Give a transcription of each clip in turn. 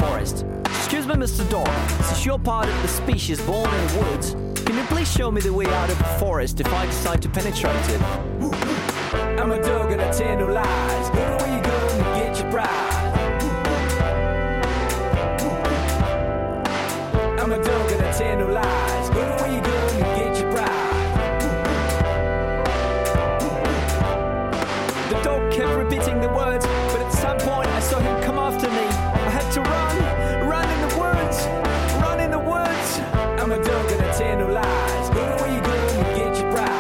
forest. Excuse me, Mr. Dog, since you're part of the species born in the woods, can you please show me the way out of the forest if I decide to penetrate it? I'm a dog and I tell no lies. Where you go to get your pride? I'm a dog and I tell no lies. Where you go to get your pride? The dog kept repeating the words, but at some point I saw him come after me. I had to run in the woods, run in the woods. I'm a dog and I tell no lies. Where you go to get your pride?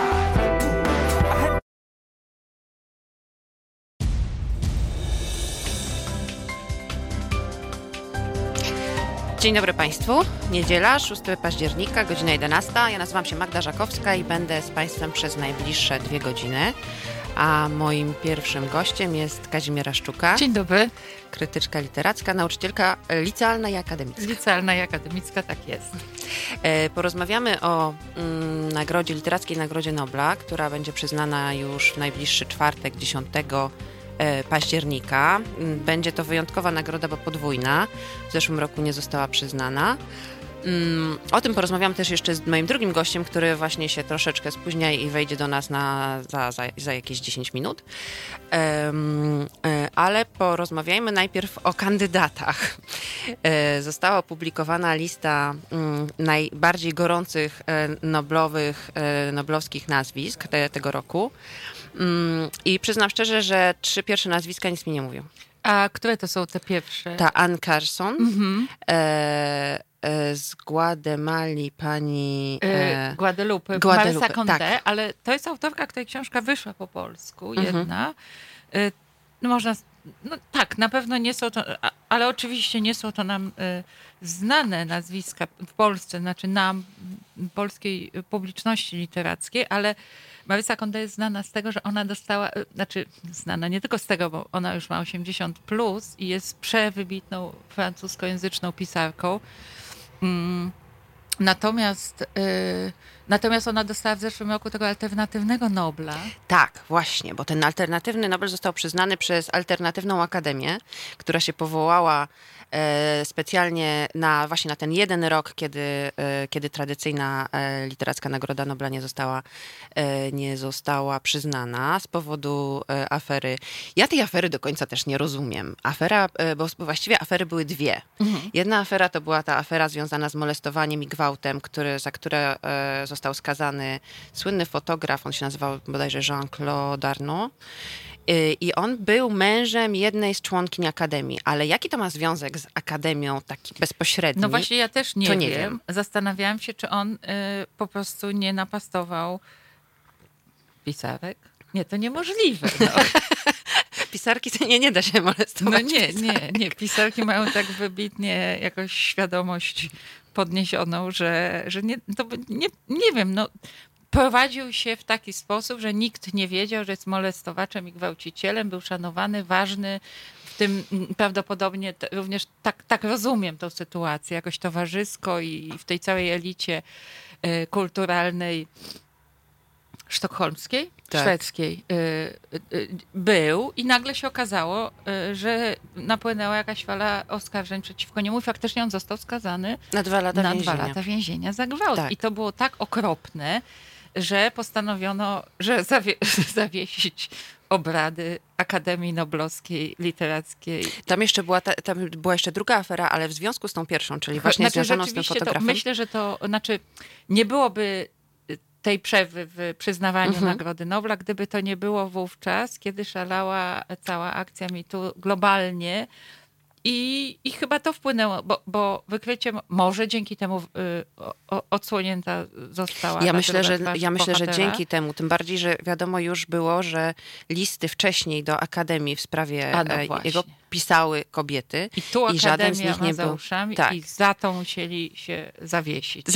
Dzień dobry Państwu. Niedziela, 6 października, godzina 11. Ja nazywam się Magda Żakowska i będę z Państwem przez najbliższe 2 godziny. A moim pierwszym gościem jest Kazimiera Szczuka. Dzień dobry. Krytyczka literacka, nauczycielka licealna i akademicka. Licealna i akademicka, tak jest. Porozmawiamy o Nagrodzie Literackiej, Nagrodzie Nobla, która będzie przyznana już w najbliższy czwartek, 10 października. Będzie to wyjątkowa nagroda, bo podwójna. W zeszłym roku nie została przyznana. O tym porozmawiam też jeszcze z moim drugim gościem, który właśnie się troszeczkę spóźnia i wejdzie do nas za jakieś 10 minut. Ale porozmawiajmy najpierw o kandydatach. Została opublikowana lista najbardziej gorących noblowskich nazwisk tego roku. I przyznam szczerze, że 3 pierwsze nazwiska nic mi nie mówią. A które to są te pierwsze? Ta Anne Carson, z Gwatemali pani... Guadalupe, Marisa Condé, tak. Ale to jest autorka, której książka wyszła po polsku, jedna. Tak, na pewno nie są to, ale oczywiście nie są to nam znane nazwiska w Polsce, znaczy nam, polskiej publiczności literackiej, ale Marisa Condé jest znana z tego, że ona dostała, znana nie tylko z tego, bo ona już ma 80+ i jest przewybitną francuskojęzyczną pisarką. Natomiast ona dostała w zeszłym roku tego alternatywnego Nobla. Tak, właśnie, bo ten alternatywny Nobel został przyznany przez Alternatywną Akademię, która się powołała specjalnie właśnie na ten jeden rok, kiedy tradycyjna literacka Nagroda Nobla nie została przyznana z powodu afery. Ja tej afery do końca też nie rozumiem. Bo właściwie afery były 2. Jedna afera to była ta afera związana z molestowaniem i gwałtem, za które został skazany słynny fotograf, on się nazywał bodajże Jean-Claude Arnault. I on był mężem jednej z członkiń Akademii. Ale jaki to ma związek z Akademią, taki bezpośredni? No właśnie ja też nie wiem. Zastanawiałam się, czy on po prostu nie napastował pisarek. Nie, to niemożliwe. No. Pisarki to nie da się molestować. No nie. Pisarki mają tak wybitnie jakoś świadomość podniesioną, że nie wiem, no. Prowadził się w taki sposób, że nikt nie wiedział, że jest molestowaczem i gwałcicielem, był szanowany, ważny, w tym prawdopodobnie również tak rozumiem tę sytuację, jakoś towarzysko i w tej całej elicie kulturalnej sztokholmskiej, tak. Szwedzkiej był i nagle się okazało, że napłynęła jakaś fala oskarżeń przeciwko niemu i faktycznie on został skazany na 2 lata więzienia za gwałt. Tak. I to było tak okropne, że postanowiono, że zawiesić obrady Akademii Noblowskiej Literackiej. Tam była jeszcze druga afera, ale w związku z tą pierwszą, czyli właśnie związaną z tym fotografem. Myślę, że nie byłoby tej przerwy w przyznawaniu Nagrody Nobla, gdyby to nie było wówczas, kiedy szalała cała akcja MeToo globalnie. I chyba to wpłynęło, bo wykrycie może dzięki temu odsłonięta została. Ja myślę, że dzięki temu, tym bardziej, że wiadomo już było, że listy wcześniej do Akademii w sprawie jego pisały kobiety. I tu i żaden z nich nie za był. uszami Tak. I za to musieli się zawiesić.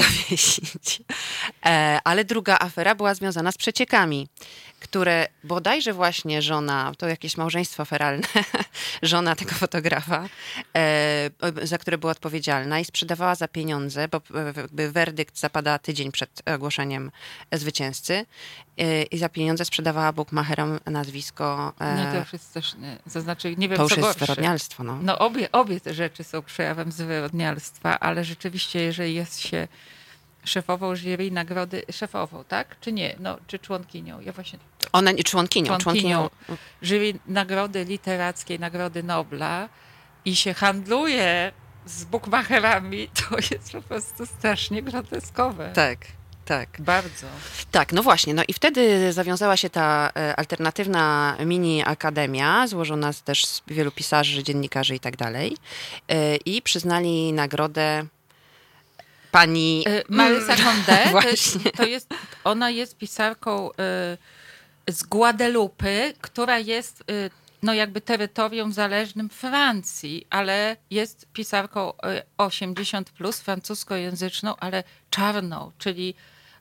Ale druga afera była związana z przeciekami, które bodajże właśnie żona, to jakieś małżeństwo feralne, żona tego fotografa, za które była odpowiedzialna i sprzedawała za pieniądze, bo jakby werdykt zapada tydzień przed ogłoszeniem zwycięzcy i za pieniądze sprzedawała bukmacherom nazwisko. Nie, to już jest też, zaznaczy, nie wiem, To już co jest gorsze. zwyrodnialstwo. No. No obie te rzeczy są przejawem zwyrodnialstwa, ale rzeczywiście, jeżeli jest się szefową jury nagrody, szefową, tak? Czy nie? No, czy członkinią? Ja właśnie... Ona członkinią. Jury nagrody literackiej, Nagrody Nobla i się handluje z bukmacherami, to jest po prostu strasznie groteskowe. Tak. Bardzo. Tak, no właśnie. No i wtedy zawiązała się ta alternatywna mini-akademia, złożona też z wielu pisarzy, dziennikarzy i tak dalej. I przyznali nagrodę pani Marysa Condé. Właśnie. Ona jest pisarką z Guadelupy, która jest no jakby terytorium zależnym Francji, ale jest pisarką 80+, francuskojęzyczną, ale czarną, czyli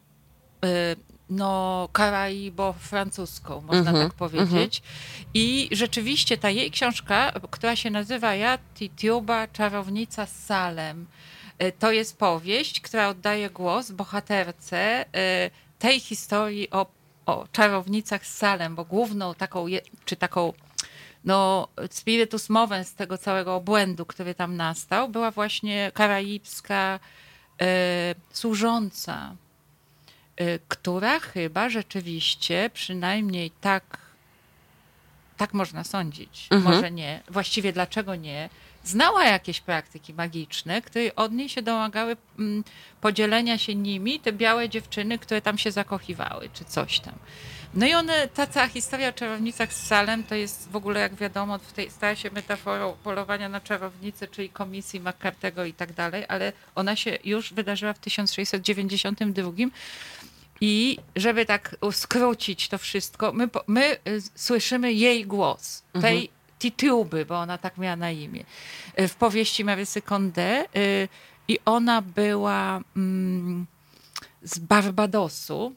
no karaibo-francuską, można tak powiedzieć. I rzeczywiście ta jej książka, która się nazywa Ja Titiuba, czarownica z Salem, to jest powieść, która oddaje głos bohaterce tej historii o czarownicach z Salem, bo główną taką no, spiritus movens tego całego obłędu, który tam nastał, była właśnie karaibska służąca, która chyba rzeczywiście, przynajmniej tak można sądzić, może nie, właściwie dlaczego nie, znała jakieś praktyki magiczne, które od niej się domagały podzielenia się nimi, te białe dziewczyny, które tam się zakochiwały, czy coś tam. No i ta cała historia o czarownicach z Salem to jest w ogóle, jak wiadomo, stała się metaforą polowania na czarownicy, czyli komisji McCarthy'ego i tak dalej, ale ona się już wydarzyła w 1692 i żeby tak skrócić to wszystko, my słyszymy jej głos, tej Titiuby, bo ona tak miała na imię, w powieści Marysy Condé i ona była z Barbadosu,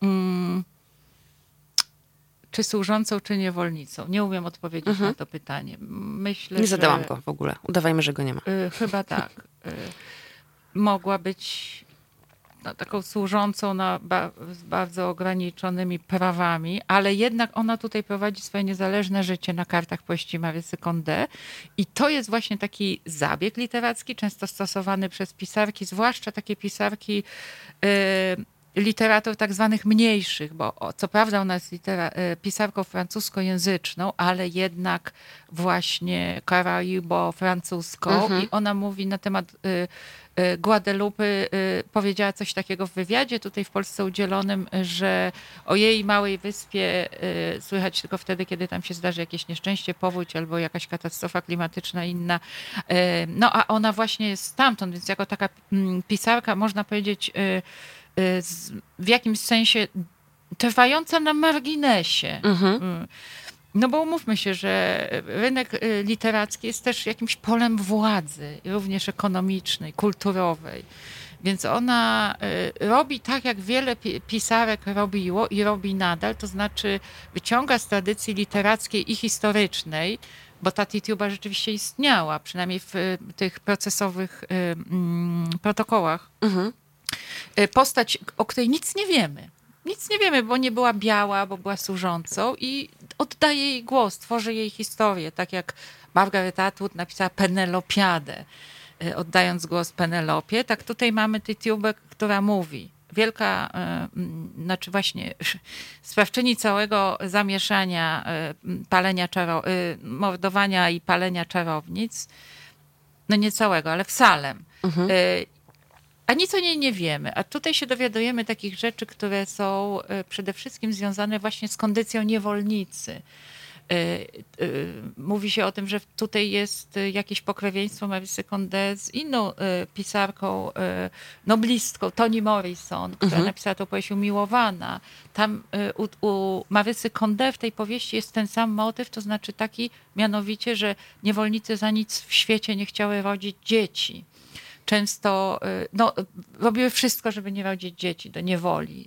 czy służącą, czy niewolnicą. Nie umiem odpowiedzieć na to pytanie. Myślę, nie zadałam go w ogóle. Udawajmy, że go nie ma. Chyba tak. Mogła być taką służącą z bardzo ograniczonymi prawami, ale jednak ona tutaj prowadzi swoje niezależne życie na kartach powieści Marysy Condé i to jest właśnie taki zabieg literacki, często stosowany przez pisarki, zwłaszcza takie pisarki literatur tak zwanych mniejszych, bo co prawda ona jest pisarką francuskojęzyczną, ale jednak właśnie karaibo-francuską i ona mówi na temat Guadelupy, powiedziała coś takiego w wywiadzie tutaj w Polsce udzielonym, że o jej małej wyspie słychać tylko wtedy, kiedy tam się zdarzy jakieś nieszczęście, powódź albo jakaś katastrofa klimatyczna inna. No a ona właśnie jest stamtąd, więc jako taka pisarka można powiedzieć w jakimś sensie trwająca na marginesie. No bo umówmy się, że rynek literacki jest też jakimś polem władzy, również ekonomicznej, kulturowej. Więc ona robi tak, jak wiele pisarek robiło i robi nadal, to znaczy wyciąga z tradycji literackiej i historycznej, bo ta Titiuba rzeczywiście istniała, przynajmniej w tych procesowych protokołach. Postać, o której nic nie wiemy. Nic nie wiemy, bo nie była biała, bo była służącą i oddaje jej głos, tworzy jej historię, tak jak Margaret Atwood napisała Penelopiadę, oddając głos Penelopie. Tak tutaj mamy Titiubę, która mówi. Wielka, znaczy właśnie sprawczyni całego zamieszania, mordowania i palenia czarownic, no nie całego, ale w Salem. A nic o niej nie wiemy. A tutaj się dowiadujemy takich rzeczy, które są przede wszystkim związane właśnie z kondycją niewolnicy. Mówi się o tym, że tutaj jest jakieś pokrewieństwo Marysy Condé z inną pisarką, noblistką, Toni Morrison, która napisała tą powieść Umiłowana. Tam u Marysy Condé w tej powieści jest ten sam motyw, to znaczy taki mianowicie, że niewolnicy za nic w świecie nie chciały rodzić dzieci. często robiły wszystko, żeby nie rodzić dzieci do niewoli,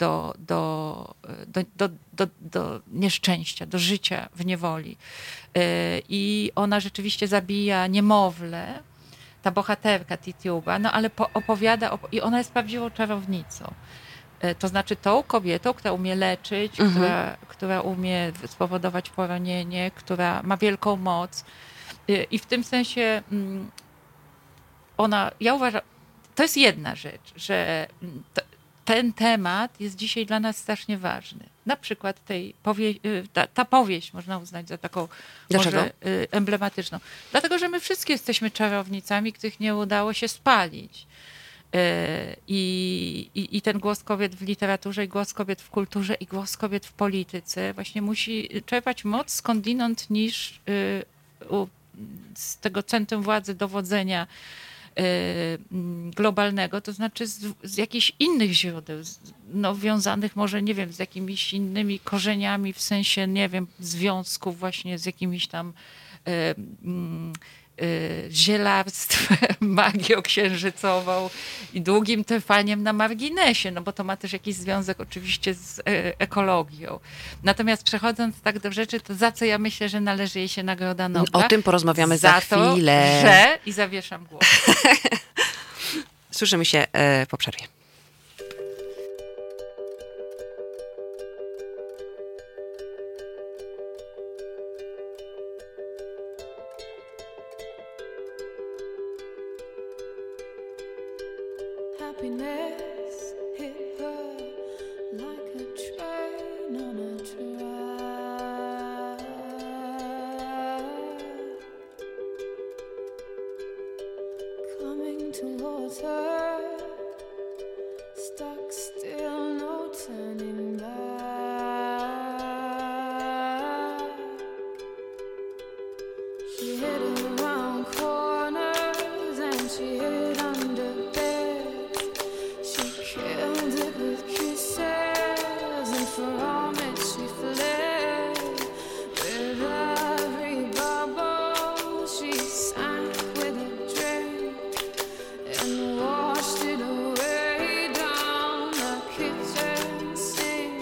do nieszczęścia, do życia w niewoli. I ona rzeczywiście zabija niemowlę, ta bohaterka Titiuba, ale opowiada, i ona jest prawdziwą czarownicą. To znaczy tą kobietą, która umie leczyć, która umie spowodować poronienie, która ma wielką moc. I w tym sensie ja uważam, to jest jedna rzecz, że ten temat jest dzisiaj dla nas strasznie ważny. Na przykład ta powieść można uznać za taką może emblematyczną. Dlatego, że my wszyscy jesteśmy czarownicami, których nie udało się spalić. I ten głos kobiet w literaturze, i głos kobiet w kulturze, i głos kobiet w polityce właśnie musi czerpać moc skądinąd niż z tego centrum władzy, dowodzenia globalnego, to znaczy z jakichś innych źródeł, wiązanych może, nie wiem, z jakimiś innymi korzeniami, w sensie, nie wiem, związków właśnie z jakimiś tam zielarstwem, magią księżycową i długim trwaniem na marginesie, bo to ma też jakiś związek oczywiście z ekologią. Natomiast przechodząc tak do rzeczy, to za co ja myślę, że należy jej się Nagroda Nobla? O tym porozmawiamy za chwilę. I zawieszam głos. Słyszymy się po przerwie. Happiness hit her like a train on a track. Coming towards her, stuck still, no turning back. She hid around corners and she hid under beds. She killed it with kisses, and from it she fled. With every bubble she sank with a drink and washed it away down the kitchen sink.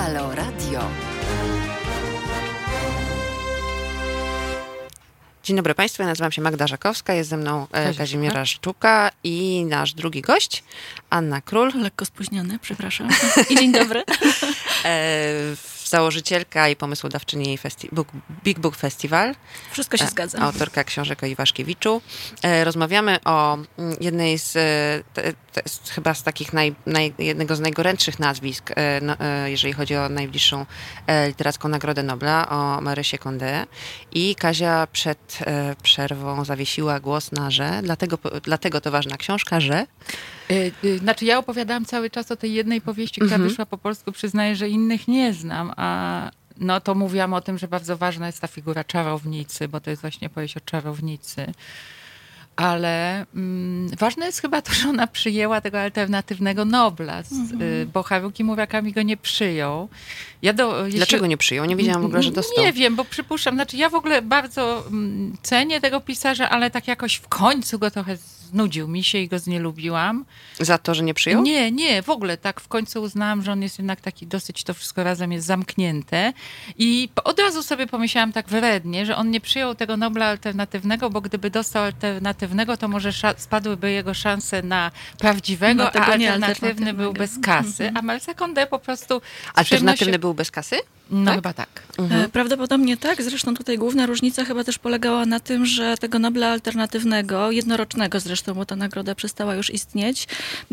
Halo Radio. Dzień dobry Państwu, ja nazywam się Magda Żakowska, jest ze mną Kazimierza Szczuka i nasz drugi gość, Anna Król. Lekko spóźniony, przepraszam. I dzień dobry. Założycielka i pomysłodawczyni Big Book Festival. Wszystko się zgadza. Autorka książek o Iwaszkiewiczu. Rozmawiamy o jednej z, chyba z takich jednego z najgorętszych nazwisk, jeżeli chodzi o najbliższą literacką Nagrodę Nobla, o Marysię Condé. I Kazia przed przerwą zawiesiła głos na że, dlatego to ważna książka, że... Znaczy ja opowiadałam cały czas o tej jednej powieści, która wyszła po polsku. Przyznaję, że innych nie znam, a no to mówiłam o tym, że bardzo ważna jest ta figura czarownicy, bo to jest właśnie powieść o czarownicy. Ale ważne jest chyba to, że ona przyjęła tego alternatywnego Nobla, bo Haruki Murakami go nie przyjął. Dlaczego nie przyjął? Nie wiedziałam w ogóle, że dostał. Nie wiem, bo przypuszczam, znaczy ja w ogóle bardzo cenię tego pisarza, ale tak jakoś w końcu go trochę znudził mi się i go znielubiłam. Za to, że nie przyjął? Nie, w ogóle tak w końcu uznałam, że on jest jednak taki dosyć, to wszystko razem jest zamknięte i od razu sobie pomyślałam tak wrednie, że on nie przyjął tego Nobla alternatywnego, bo gdyby dostał alternatywnego, to może spadłyby jego szanse na prawdziwego, a alternatywny był bez kasy, a Marysia Condé po prostu... Alternatywny był bez kasy? No tak? chyba tak. Prawdopodobnie tak. Zresztą tutaj główna różnica chyba też polegała na tym, że tego Nobla alternatywnego, jednorocznego zresztą, bo ta nagroda przestała już istnieć,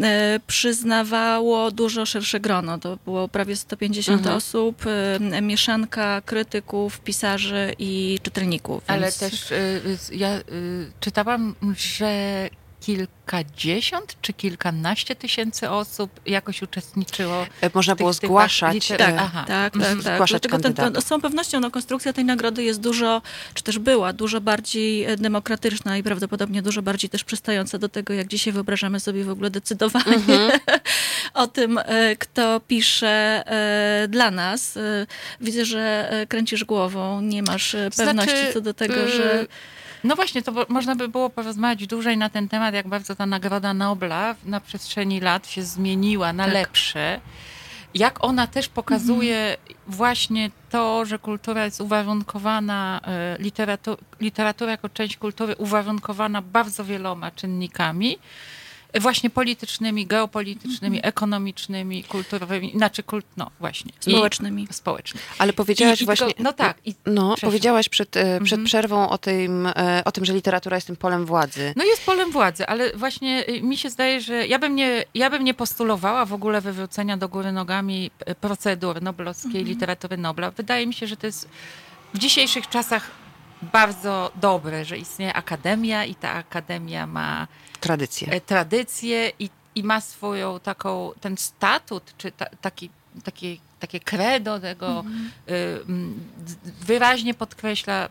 przyznawało dużo szersze grono. To było prawie 150 osób, mieszanka krytyków, pisarzy i czytelników. Ale więc... też ja czytałam, że kilkadziesiąt czy kilkanaście tysięcy osób jakoś uczestniczyło. Można było zgłaszać. Tak. Zgłaszać kandydatów. Z całą pewnością konstrukcja tej nagrody jest dużo, czy też była dużo bardziej demokratyczna i prawdopodobnie dużo bardziej też przystająca do tego, jak dzisiaj wyobrażamy sobie w ogóle decydowanie o tym, kto pisze dla nas. Widzę, że kręcisz głową, nie masz pewności co do tego, że... No właśnie, to można by było porozmawiać dłużej na ten temat, jak bardzo ta Nagroda Nobla na przestrzeni lat się zmieniła na lepsze. Jak ona też pokazuje właśnie to, że kultura jest uwarunkowana, literatura jako część kultury uwarunkowana bardzo wieloma czynnikami, właśnie politycznymi, geopolitycznymi, ekonomicznymi, kulturowymi, właśnie. Społecznymi. Ale powiedziałaś właśnie... powiedziałaś przed przerwą o tym, że literatura jest tym polem władzy. No jest polem władzy, ale właśnie mi się zdaje, że ja bym nie postulowała w ogóle wywrócenia do góry nogami procedur noblowskiej literatury Nobla. Wydaje mi się, że to jest w dzisiejszych czasach bardzo dobre, że istnieje akademia i ta akademia ma tradycję i ma swoją ten statut, czy takie credo tego wyraźnie podkreśla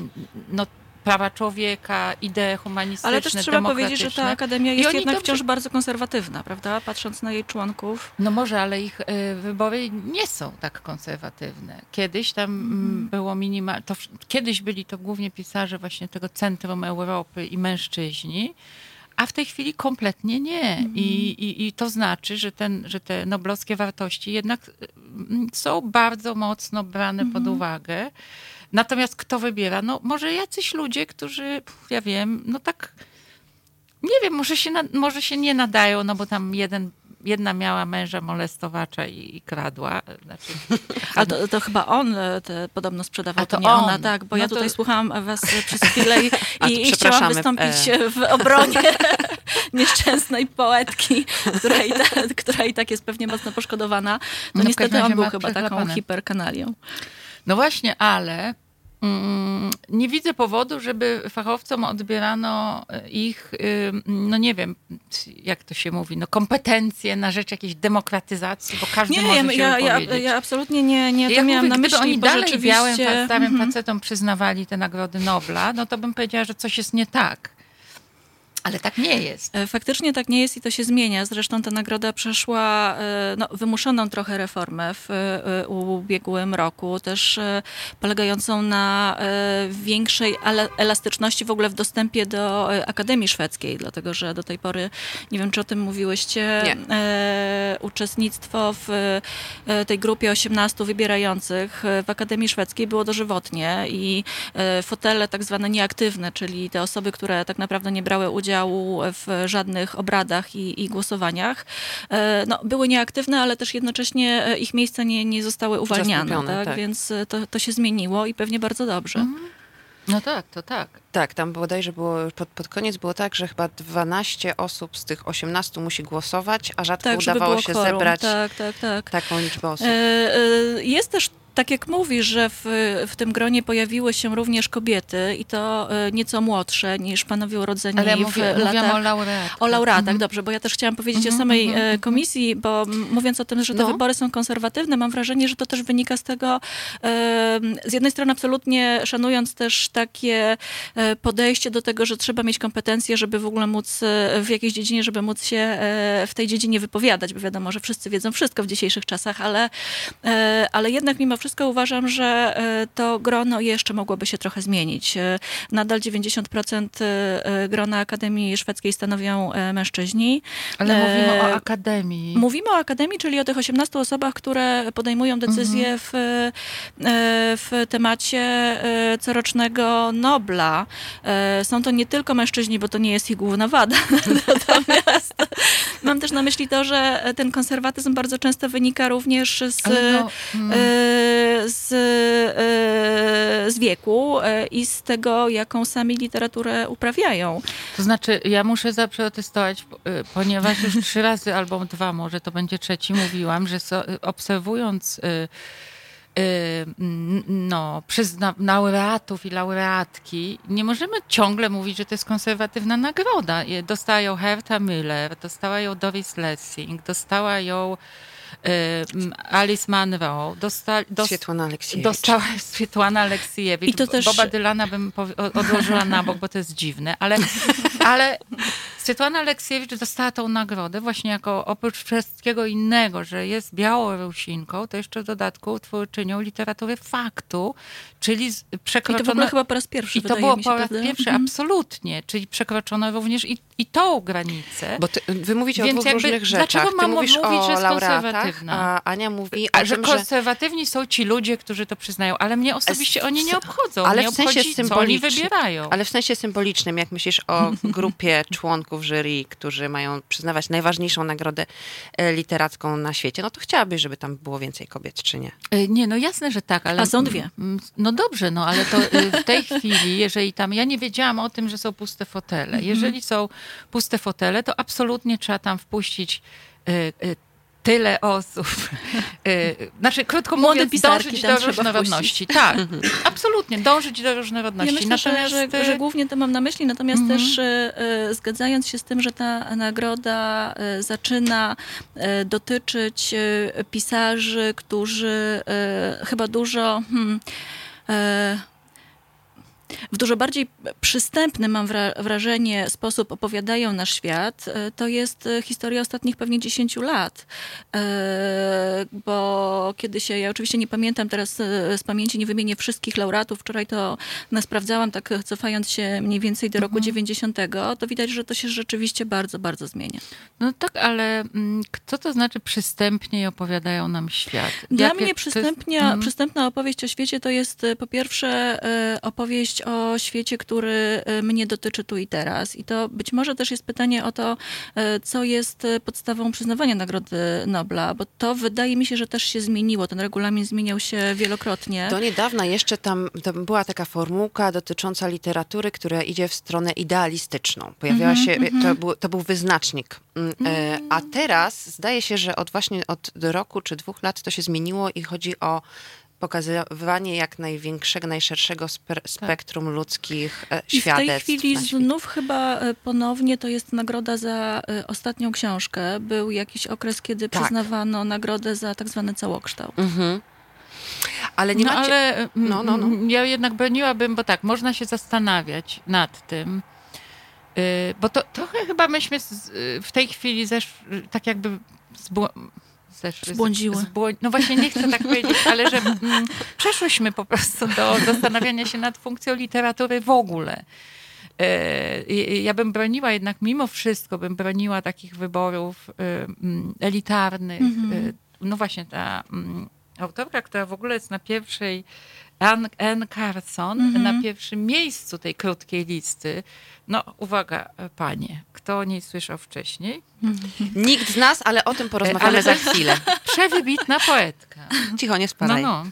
prawa człowieka, idee humanistyczne, ale też trzeba powiedzieć, że ta akademia jest jednak wciąż bardzo konserwatywna, prawda? Patrząc na jej członków. No może, ale ich wybory nie są tak konserwatywne. Kiedyś tam było kiedyś byli to głównie pisarze właśnie tego centrum Europy i mężczyźni, a w tej chwili kompletnie nie. I to znaczy, że te noblowskie wartości jednak są bardzo mocno brane pod uwagę. Natomiast kto wybiera? No może jacyś ludzie, którzy, ja wiem, no tak, nie wiem, może się nie nadają, no bo tam jedna miała męża molestowacza i kradła. Znaczy, a to chyba on podobno sprzedawał, to nie ona, tak, bo ja tutaj słuchałam was przez chwilę i chciałam wystąpić w obronie nieszczęsnej poetki, która i tak jest pewnie mocno poszkodowana. To niestety on był chyba taką hiperkanalią. No właśnie, ale nie widzę powodu, żeby fachowcom odbierano ich, no nie wiem, jak to się mówi, kompetencje na rzecz jakiejś demokratyzacji, bo każdy może się wypowiedzieć. Ja absolutnie nie to miałam na myśli, gdyby oni bo dalej rzeczywiście... starym facetom przyznawali te Nagrody Nobla, no to bym powiedziała, że coś jest nie tak. Ale tak nie jest. Faktycznie tak nie jest i to się zmienia. Zresztą ta nagroda przeszła wymuszoną trochę reformę w ubiegłym roku, też polegającą na większej elastyczności w ogóle w dostępie do Akademii Szwedzkiej, dlatego że do tej pory, nie wiem czy o tym mówiłyście, uczestnictwo w tej grupie 18 wybierających w Akademii Szwedzkiej było dożywotnie i fotele tak zwane nieaktywne, czyli te osoby, które tak naprawdę nie brały udziału w żadnych obradach i głosowaniach, były nieaktywne, ale też jednocześnie ich miejsca nie zostały uwalniane, tak? Więc to się zmieniło i pewnie bardzo dobrze. No tak, to tak. Tak, tam bodajże było, pod koniec było tak, że chyba 12 osób z tych 18 musi głosować, a rzadko udawało się zebrać taką liczbę osób. Jest też tak jak mówisz, że w tym gronie pojawiły się również kobiety i to nieco młodsze niż panowie urodzeni ale w latach... mówiłam o laureatach. O laureatach, dobrze, bo ja też chciałam powiedzieć o samej komisji, bo mówiąc o tym, że te wybory są konserwatywne, mam wrażenie, że to też wynika z tego, z jednej strony absolutnie szanując też takie podejście do tego, że trzeba mieć kompetencje, żeby w ogóle móc w jakiejś dziedzinie, żeby móc się w tej dziedzinie wypowiadać, bo wiadomo, że wszyscy wiedzą wszystko w dzisiejszych czasach, ale jednak mimo wszystko uważam, że to grono jeszcze mogłoby się trochę zmienić. Nadal 90% grona Akademii Szwedzkiej stanowią mężczyźni. Ale mówimy o Akademii. Mówimy o Akademii, czyli o tych 18 osobach, które podejmują decyzje w temacie corocznego Nobla. Są to nie tylko mężczyźni, bo to nie jest ich główna wada. Natomiast mam też na myśli to, że ten konserwatyzm bardzo często wynika również z wieku i z tego, jaką sami literaturę uprawiają. To znaczy, ja muszę zaprotestować, ponieważ już 3 razy albo 2, może to będzie 3, mówiłam, że obserwując laureatów i laureatki, nie możemy ciągle mówić, że to jest konserwatywna nagroda. Dostają Herta Müller, dostała ją Doris Lessing, dostała ją Alice Munro, Swietłana Aleksiejewicz. Dostała Swietłana Aleksiejewicz. I to też... Boba Dylana bym odłożyła na bok, bo to jest dziwne, ale Swietłana Aleksiejewicz dostała tą nagrodę właśnie jako oprócz wszystkiego innego, że jest Białorusinką, to jeszcze w dodatku twórczynią literatury faktu, czyli przekroczono... I to w ogóle chyba po raz pierwszy, I to było po raz pierwszy, absolutnie, czyli przekroczono również i tą granicę. Bo wy mówicie o dwóch różnych rzeczach. Dlaczego mam mówić, że jest laureatach, a Ania mówi o że tym, konserwatywni są ci ludzie, którzy to przyznają, ale mnie osobiście oni nie obchodzą. Ale mnie w sensie obchodzi, co oni wybierają. Ale w sensie symbolicznym, jak myślisz o grupie członków jury, którzy mają przyznawać najważniejszą nagrodę literacką na świecie, no to chciałabyś, żeby tam było więcej kobiet, czy nie? Nie, no jasne, że tak, ale... A są 2. No dobrze, no ale to w tej chwili, jeżeli tam... Ja nie wiedziałam o tym, że są puste fotele. Jeżeli są puste fotele, to absolutnie trzeba tam wpuścić tyle osób. Znaczy, krótko mówiąc, dążyć do różnorodności. Tak, absolutnie, dążyć do różnorodności. Ja myślę, że głównie to mam na myśli, natomiast też zgadzając się z tym, że ta nagroda zaczyna dotyczyć pisarzy, którzy chyba w dużo bardziej przystępny, mam wrażenie, sposób opowiadają nasz świat, to jest historia ostatnich pewnie 10 lat. Bo kiedy ja oczywiście nie pamiętam teraz z pamięci, nie wymienię wszystkich laureatów, wczoraj to sprawdzałam, tak cofając się mniej więcej do roku 90, to widać, że to się rzeczywiście bardzo, bardzo zmienia. No tak, ale co to znaczy przystępnie opowiadają nam świat? Dla mnie przystępna opowieść o świecie to jest po pierwsze opowieść o świecie, który mnie dotyczy tu i teraz. I to być może też jest pytanie o to, co jest podstawą przyznawania Nagrody Nobla, bo to wydaje mi się, że też się zmieniło. Ten regulamin zmieniał się wielokrotnie. Do niedawna jeszcze tam była taka formułka dotycząca literatury, która idzie w stronę idealistyczną. Pojawiała się, to był wyznacznik. A teraz zdaje się, że od roku czy 2 lat to się zmieniło i chodzi o pokazywanie jak największego, najszerszego spektrum ludzkich świadectw. I w tej chwili znów chyba ponownie to jest nagroda za ostatnią książkę. Był jakiś okres, kiedy przyznawano nagrodę za tak zwany całokształt. Ale nie macie... Ale ja jednak broniłabym, bo tak, można się zastanawiać nad tym, Bo to trochę chyba myśmy w tej chwili tak jakby Zbłądziły. No właśnie nie chcę tak powiedzieć, ale że przeszłyśmy po prostu do zastanawiania się nad funkcją literatury w ogóle. Ja bym broniła jednak, mimo wszystko bym broniła takich wyborów elitarnych. No właśnie ta autorka, która w ogóle jest na pierwszej, Anne Carson, na pierwszym miejscu tej krótkiej listy. No uwaga, panie, kto o niej słyszał wcześniej? Nikt z nas, ale o tym porozmawiamy za chwilę. Przewybitna poetka. Cicho, nie spadaj. No.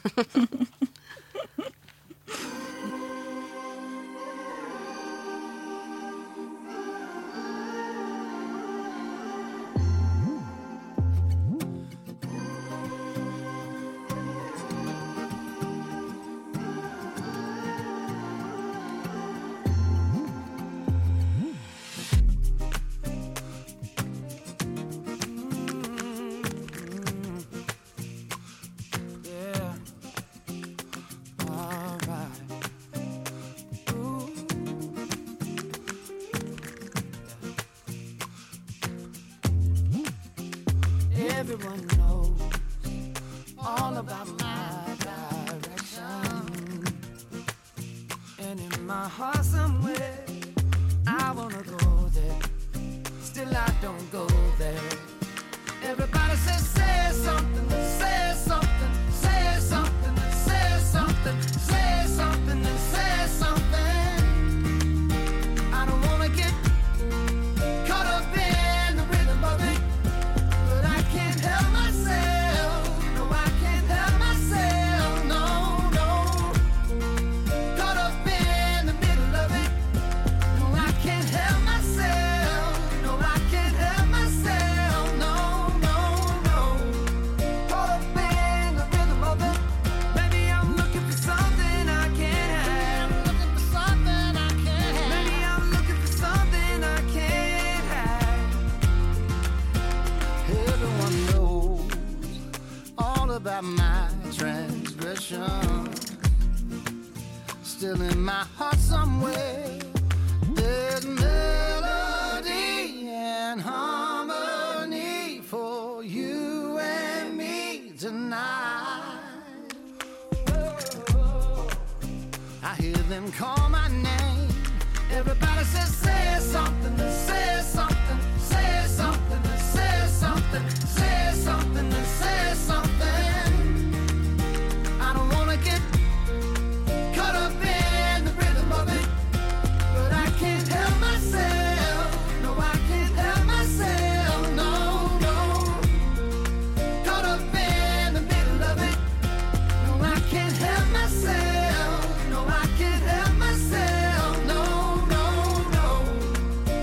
Everyone knows all about my direction, and in my heart somewhere I wanna go there, still I don't go there. Everybody says say something, say something, say something, say something, say something, say something. I don't wanna get caught up in the rhythm of it, but I can't help myself. No, I can't help myself. No, no. Caught up in the middle of it. No, I can't help myself. No, I can't help myself. No, no, no. Caught up in the rhythm of it. Maybe I'm looking for something I can't have. Looking for something I can't have. Maybe I'm looking for something I can't have. Everyone knows all about my transgression. Still in my heart somewhere, there's melody and harmony for you and me tonight. I hear them call my name. Everybody says say something, say something, say something, say something, say something, say something. I don't wanna get caught up in the rhythm of it, but I can't help myself. No, I can't help myself. No, no. Caught up in the middle of it. No, I can't help myself. No, I can't help myself. No, no, no.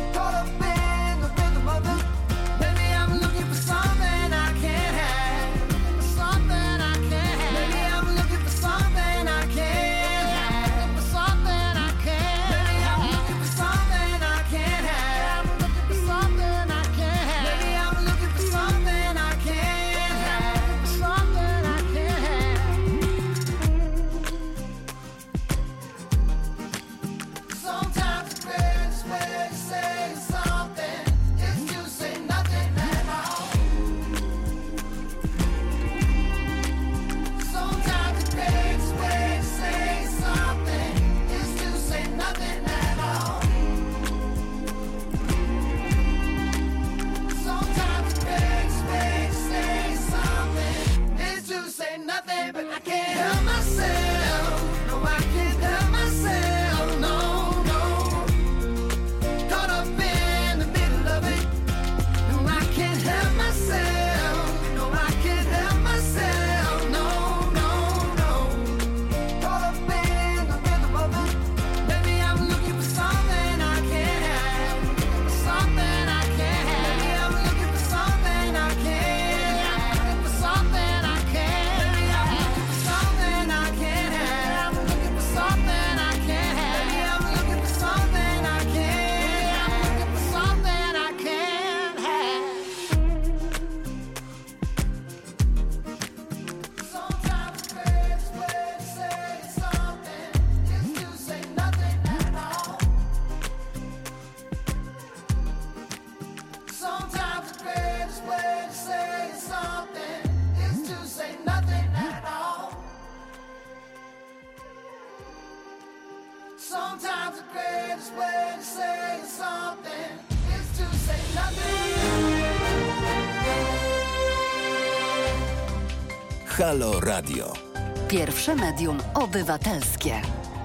Halo Radio. Pierwsze medium obywatelskie.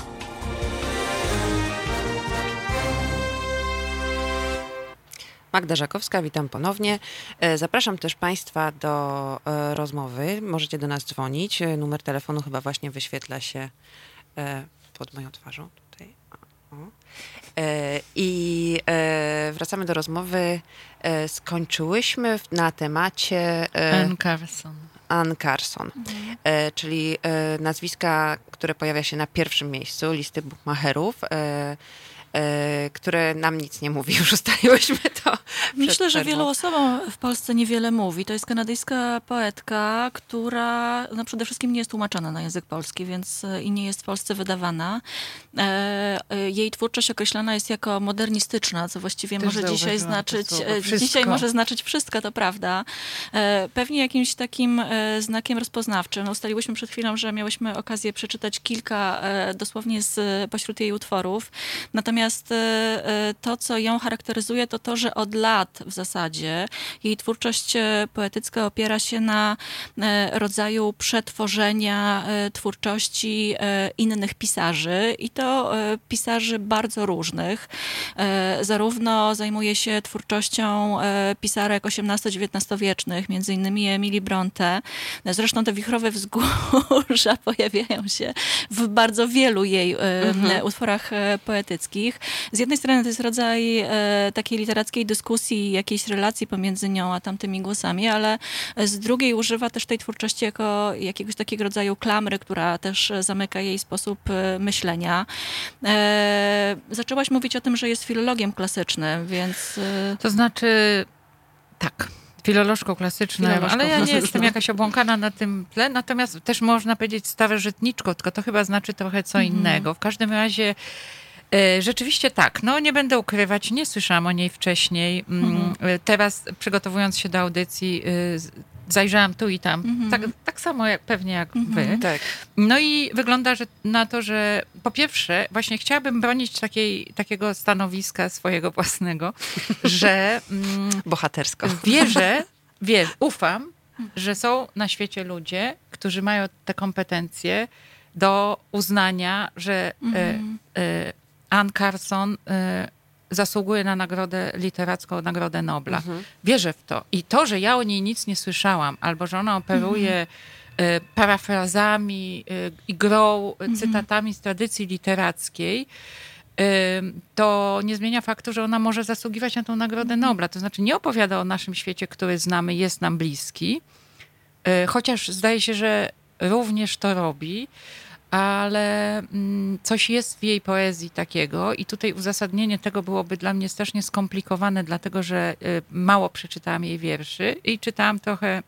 Magda Żakowska, witam ponownie. Zapraszam też Państwa do rozmowy. Możecie do nas dzwonić. Numer telefonu chyba właśnie wyświetla się pod moją twarzą. Tutaj. I wracamy do rozmowy. Skończyłyśmy na temacie Anne Carson, czyli nazwiska, które pojawia się na pierwszym miejscu listy bookmacherów, które nam nic nie mówi. Już ustaliłyśmy to. Myślę, że wielu osobom w Polsce niewiele mówi. To jest kanadyjska poetka, która no przede wszystkim nie jest tłumaczona na język polski, więc i nie jest w Polsce wydawana. Jej twórczość określana jest jako modernistyczna, co właściwie Też może dzisiaj znaczyć, wszystko. może znaczyć wszystko, to prawda. Pewnie jakimś takim znakiem rozpoznawczym. Ustaliłyśmy przed chwilą, że miałyśmy okazję przeczytać kilka dosłownie pośród jej utworów. Natomiast to, co ją charakteryzuje, to to, że od lat w zasadzie jej twórczość poetycka opiera się na rodzaju przetworzenia twórczości innych pisarzy i to pisarzy bardzo różnych. Zarówno zajmuje się twórczością pisarek XVIII-XIX wiecznych, między innymi Emily Bronte. Zresztą te wichrowe wzgórza pojawiają się w bardzo wielu jej utworach poetyckich. Z jednej strony to jest rodzaj takiej literackiej dyskusji, jakiejś relacji pomiędzy nią a tamtymi głosami, ale z drugiej używa też tej twórczości jako jakiegoś takiego rodzaju klamry, która też zamyka jej sposób myślenia. Zaczęłaś mówić o tym, że jest filologiem klasycznym, więc... To znaczy, tak, filolożką klasyczną, ale ja nie jestem jakaś obłąkana na tym tle, natomiast też można powiedzieć starożytniczką, tylko to chyba znaczy trochę co innego. W każdym razie rzeczywiście tak, no nie będę ukrywać, nie słyszałam o niej wcześniej. Teraz przygotowując się do audycji zajrzałam tu i tam, tak samo pewnie jak wy. Tak. No i wygląda na to, że po pierwsze właśnie chciałabym bronić takiego stanowiska swojego własnego, że Bohatersko. ufam, że są na świecie ludzie, którzy mają te kompetencje do uznania, że Anne Carson zasługuje na nagrodę literacką, Nagrodę Nobla. Wierzę w to. I to, że ja o niej nic nie słyszałam, albo że ona operuje parafrazami i grą cytatami z tradycji literackiej, to nie zmienia faktu, że ona może zasługiwać na tą Nagrodę Nobla. To znaczy nie opowiada o naszym świecie, który znamy, jest nam bliski, chociaż zdaje się, że również to robi, ale coś jest w jej poezji takiego i tutaj uzasadnienie tego byłoby dla mnie strasznie skomplikowane, dlatego że mało przeczytałam jej wierszy i czytałam trochę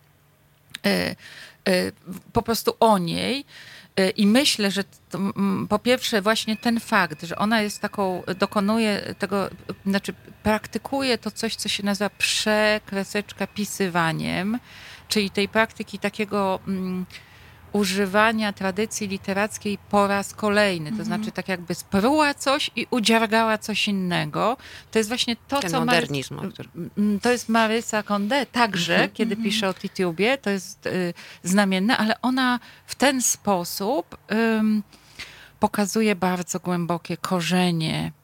po prostu o niej i myślę, że to, po pierwsze właśnie ten fakt, że ona jest taką, dokonuje tego, znaczy praktykuje to coś, co się nazywa pisywaniem, czyli tej praktyki takiego używania tradycji literackiej po raz kolejny. To znaczy tak jakby spruła coś i udziargała coś innego. To jest właśnie to, ten co... modernizm. To jest Marysa Condé także, kiedy pisze o Titiubie. To jest znamienne, ale ona w ten sposób pokazuje bardzo głębokie korzenie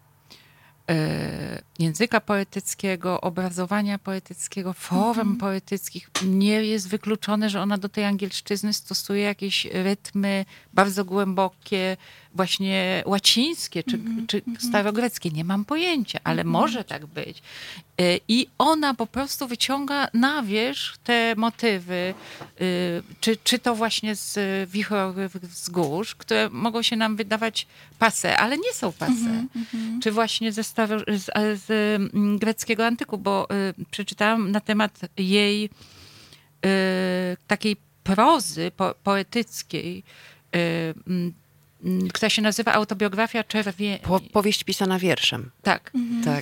języka poetyckiego, obrazowania poetyckiego, form poetyckich. Nie jest wykluczone, że ona do tej angielszczyzny stosuje jakieś rytmy bardzo głębokie, właśnie łacińskie czy starogreckie. Nie mam pojęcia, ale może tak być. I ona po prostu wyciąga na wierzch te motywy, czy to właśnie z wichrowych wzgórz, które mogą się nam wydawać passé, ale nie są passé. Czy właśnie z greckiego antyku, bo przeczytałam na temat jej takiej prozy poetyckiej, która się nazywa Autobiografia Czerwieni. Powieść pisana wierszem. Tak. Tak.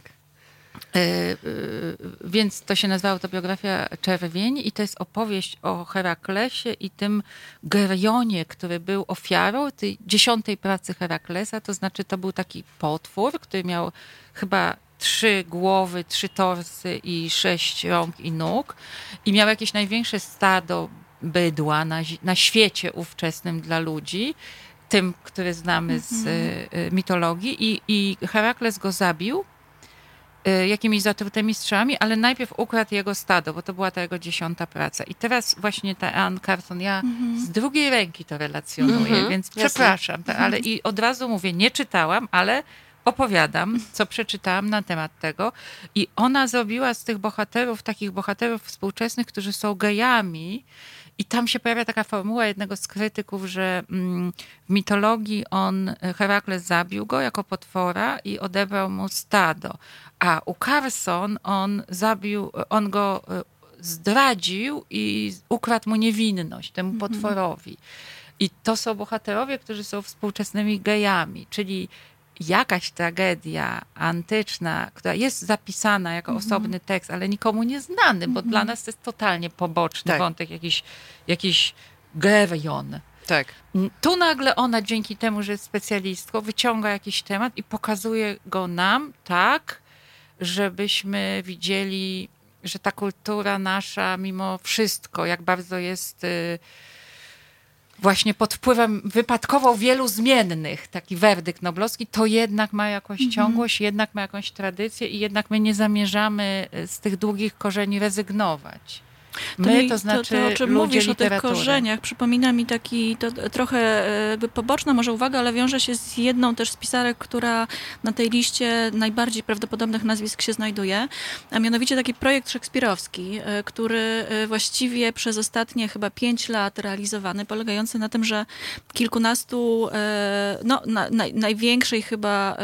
Więc to się nazywa Autobiografia Czerwieni i to jest opowieść o Heraklesie i tym Gerionie, który był ofiarą tej 10. pracy Heraklesa. To znaczy to był taki potwór, który miał chyba 3 głowy, 3 torsy i 6 rąk i nóg. I miał jakieś największe stado bydła na świecie ówczesnym dla ludzi, tym, który znamy z mitologii i Herakles go zabił jakimiś zatrutymi strzałami, ale najpierw ukradł jego stado, bo to była ta jego 10. praca. I teraz właśnie ta Anne Carson, ja z drugiej ręki to relacjonuję, więc przepraszam, ale i od razu mówię, nie czytałam, ale opowiadam, co przeczytałam na temat tego. I ona zrobiła z tych bohaterów, takich bohaterów współczesnych, którzy są gejami. I tam się pojawia taka formuła jednego z krytyków, że w mitologii Herakles zabił go jako potwora i odebrał mu stado. A u Carson on go zdradził i ukradł mu niewinność temu potworowi. I to są bohaterowie, którzy są współczesnymi gejami, czyli jakaś tragedia antyczna, która jest zapisana jako osobny tekst, ale nikomu nieznany, bo dla nas to jest totalnie poboczny wątek, jakiś gerion. Tak. Tu nagle ona dzięki temu, że jest specjalistką, wyciąga jakiś temat i pokazuje go nam tak, żebyśmy widzieli, że ta kultura nasza mimo wszystko, jak bardzo jest właśnie pod wpływem wypadkowo wielu zmiennych, taki werdykt noblowski, to jednak ma jakąś ciągłość, jednak ma jakąś tradycję i jednak my nie zamierzamy z tych długich korzeni rezygnować. To znaczy to, o czym ludzie mówisz literatury. O tych korzeniach, przypomina mi taki trochę jakby poboczna może uwaga, ale wiąże się z jedną też z pisarek, która na tej liście najbardziej prawdopodobnych nazwisk się znajduje, a mianowicie taki projekt szekspirowski, który właściwie przez ostatnie chyba 5 lat realizowany, polegający na tym, że kilkunastu największej chyba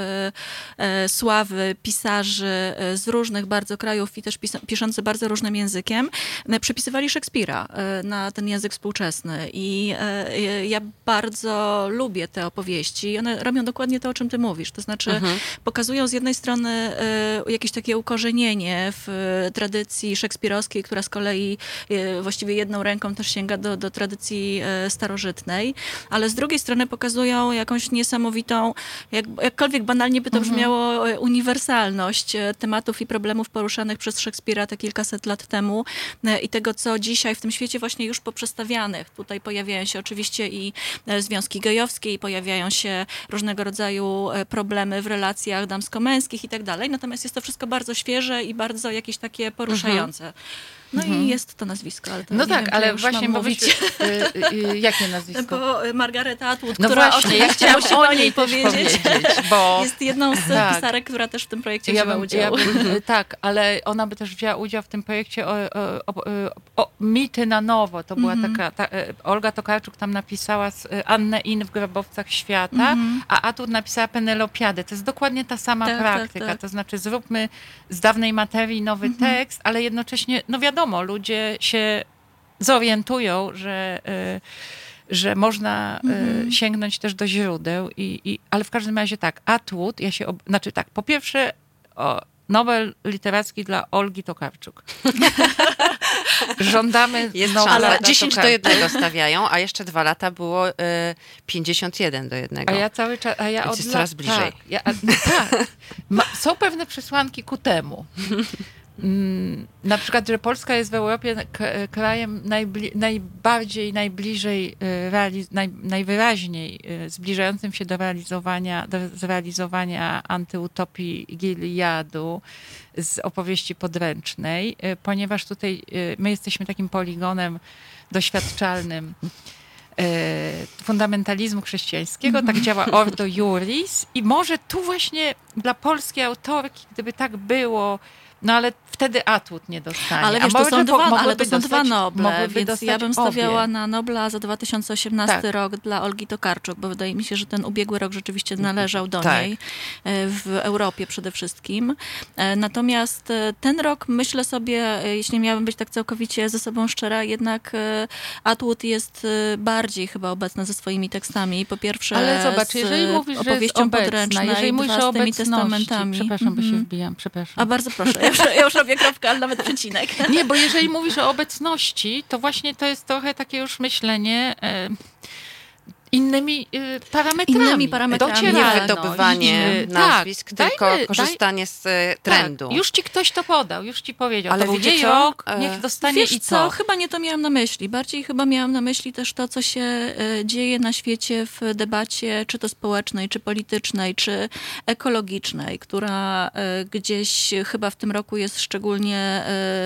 sławy pisarzy z różnych bardzo krajów i też piszący bardzo różnym językiem, przepisywali Szekspira na ten język współczesny i ja bardzo lubię te opowieści. One robią dokładnie to, o czym ty mówisz. To znaczy pokazują z jednej strony jakieś takie ukorzenienie w tradycji szekspirowskiej, która z kolei właściwie jedną ręką też sięga do tradycji starożytnej, ale z drugiej strony pokazują jakąś niesamowitą, jakkolwiek banalnie by to brzmiało, uniwersalność tematów i problemów poruszanych przez Szekspira te kilkaset lat temu i tego, co dzisiaj w tym świecie właśnie już poprzestawianych. Tutaj pojawiają się oczywiście i związki gejowskie, i pojawiają się różnego rodzaju problemy w relacjach damsko-męskich i tak dalej. Natomiast jest to wszystko bardzo świeże i bardzo jakieś takie poruszające. No i jest to nazwisko, ale to no nie tak, wiem, ale ja już właśnie mam mówić. Jakie nazwisko? Bo Margaret Atwood, No która właśnie, ja chciałam o niej powiedzieć, bo jest jedną z pisarek, która też w tym projekcie wzięła udział. Tak, ale ona by też wzięła udział w tym projekcie o Mity na nowo. To była taka, Olga Tokarczuk tam napisała Annę In w Grobowcach Świata, a Atwood napisała Penelopiadę. To jest dokładnie ta sama praktyka. Tak. To znaczy zróbmy z dawnej materii nowy tekst, ale jednocześnie, no wiadomo, ludzie się zorientują, że można sięgnąć też do źródeł. Ale w każdym razie tak, Atwood, po pierwsze Nobel literacki dla Olgi Tokarczuk. Żądamy jest Nobla szansa. dla 10 do Tokarczuk. 1 stawiają, a jeszcze 2 lata było 51 do 1. A ja cały czas, Więc jest coraz bliżej. Tak, są pewne przesłanki ku temu. Na przykład, że Polska jest w Europie krajem najwyraźniej zbliżającym się do zrealizowania antyutopii Giliadu z opowieści podręcznej, ponieważ tutaj my jesteśmy takim poligonem doświadczalnym fundamentalizmu chrześcijańskiego, tak działa Ordo Iuris i może tu właśnie dla polskiej autorki, gdyby tak było, no ale wtedy Atwood nie dostanie. Ale wiesz, to są dwa Noble, więc ja bym stawiała obie. na Nobla za 2018 rok dla Olgi Tokarczuk, bo wydaje mi się, że ten ubiegły rok rzeczywiście należał do niej, w Europie przede wszystkim. Natomiast ten rok, myślę sobie, jeśli miałabym być tak całkowicie ze sobą szczera, jednak Atwood jest bardziej chyba obecna ze swoimi tekstami. Po pierwsze ale zobacz, jeżeli mówisz, że jest obecna, jeżeli mówisz o obecności, przepraszam, bo się wbijam, przepraszam. A bardzo proszę, ja już robię kropkę, ale nawet przecinek. Nie, bo jeżeli mówisz o obecności, to właśnie to jest trochę takie już myślenie, innymi parametrami. Innymi parametrami. Nie Docieralność. wydobywanie nazwisk, Tak, tylko korzystanie z trendu. Tak, już ci ktoś to podał, już ci powiedział. Ale to był wiecie jej co? rok, niech dostanie Wiesz i co, co? chyba nie to miałam na myśli. Bardziej chyba miałam na myśli też to, co się dzieje na świecie w debacie, czy to społecznej, czy politycznej, czy ekologicznej, która gdzieś chyba w tym roku jest szczególnie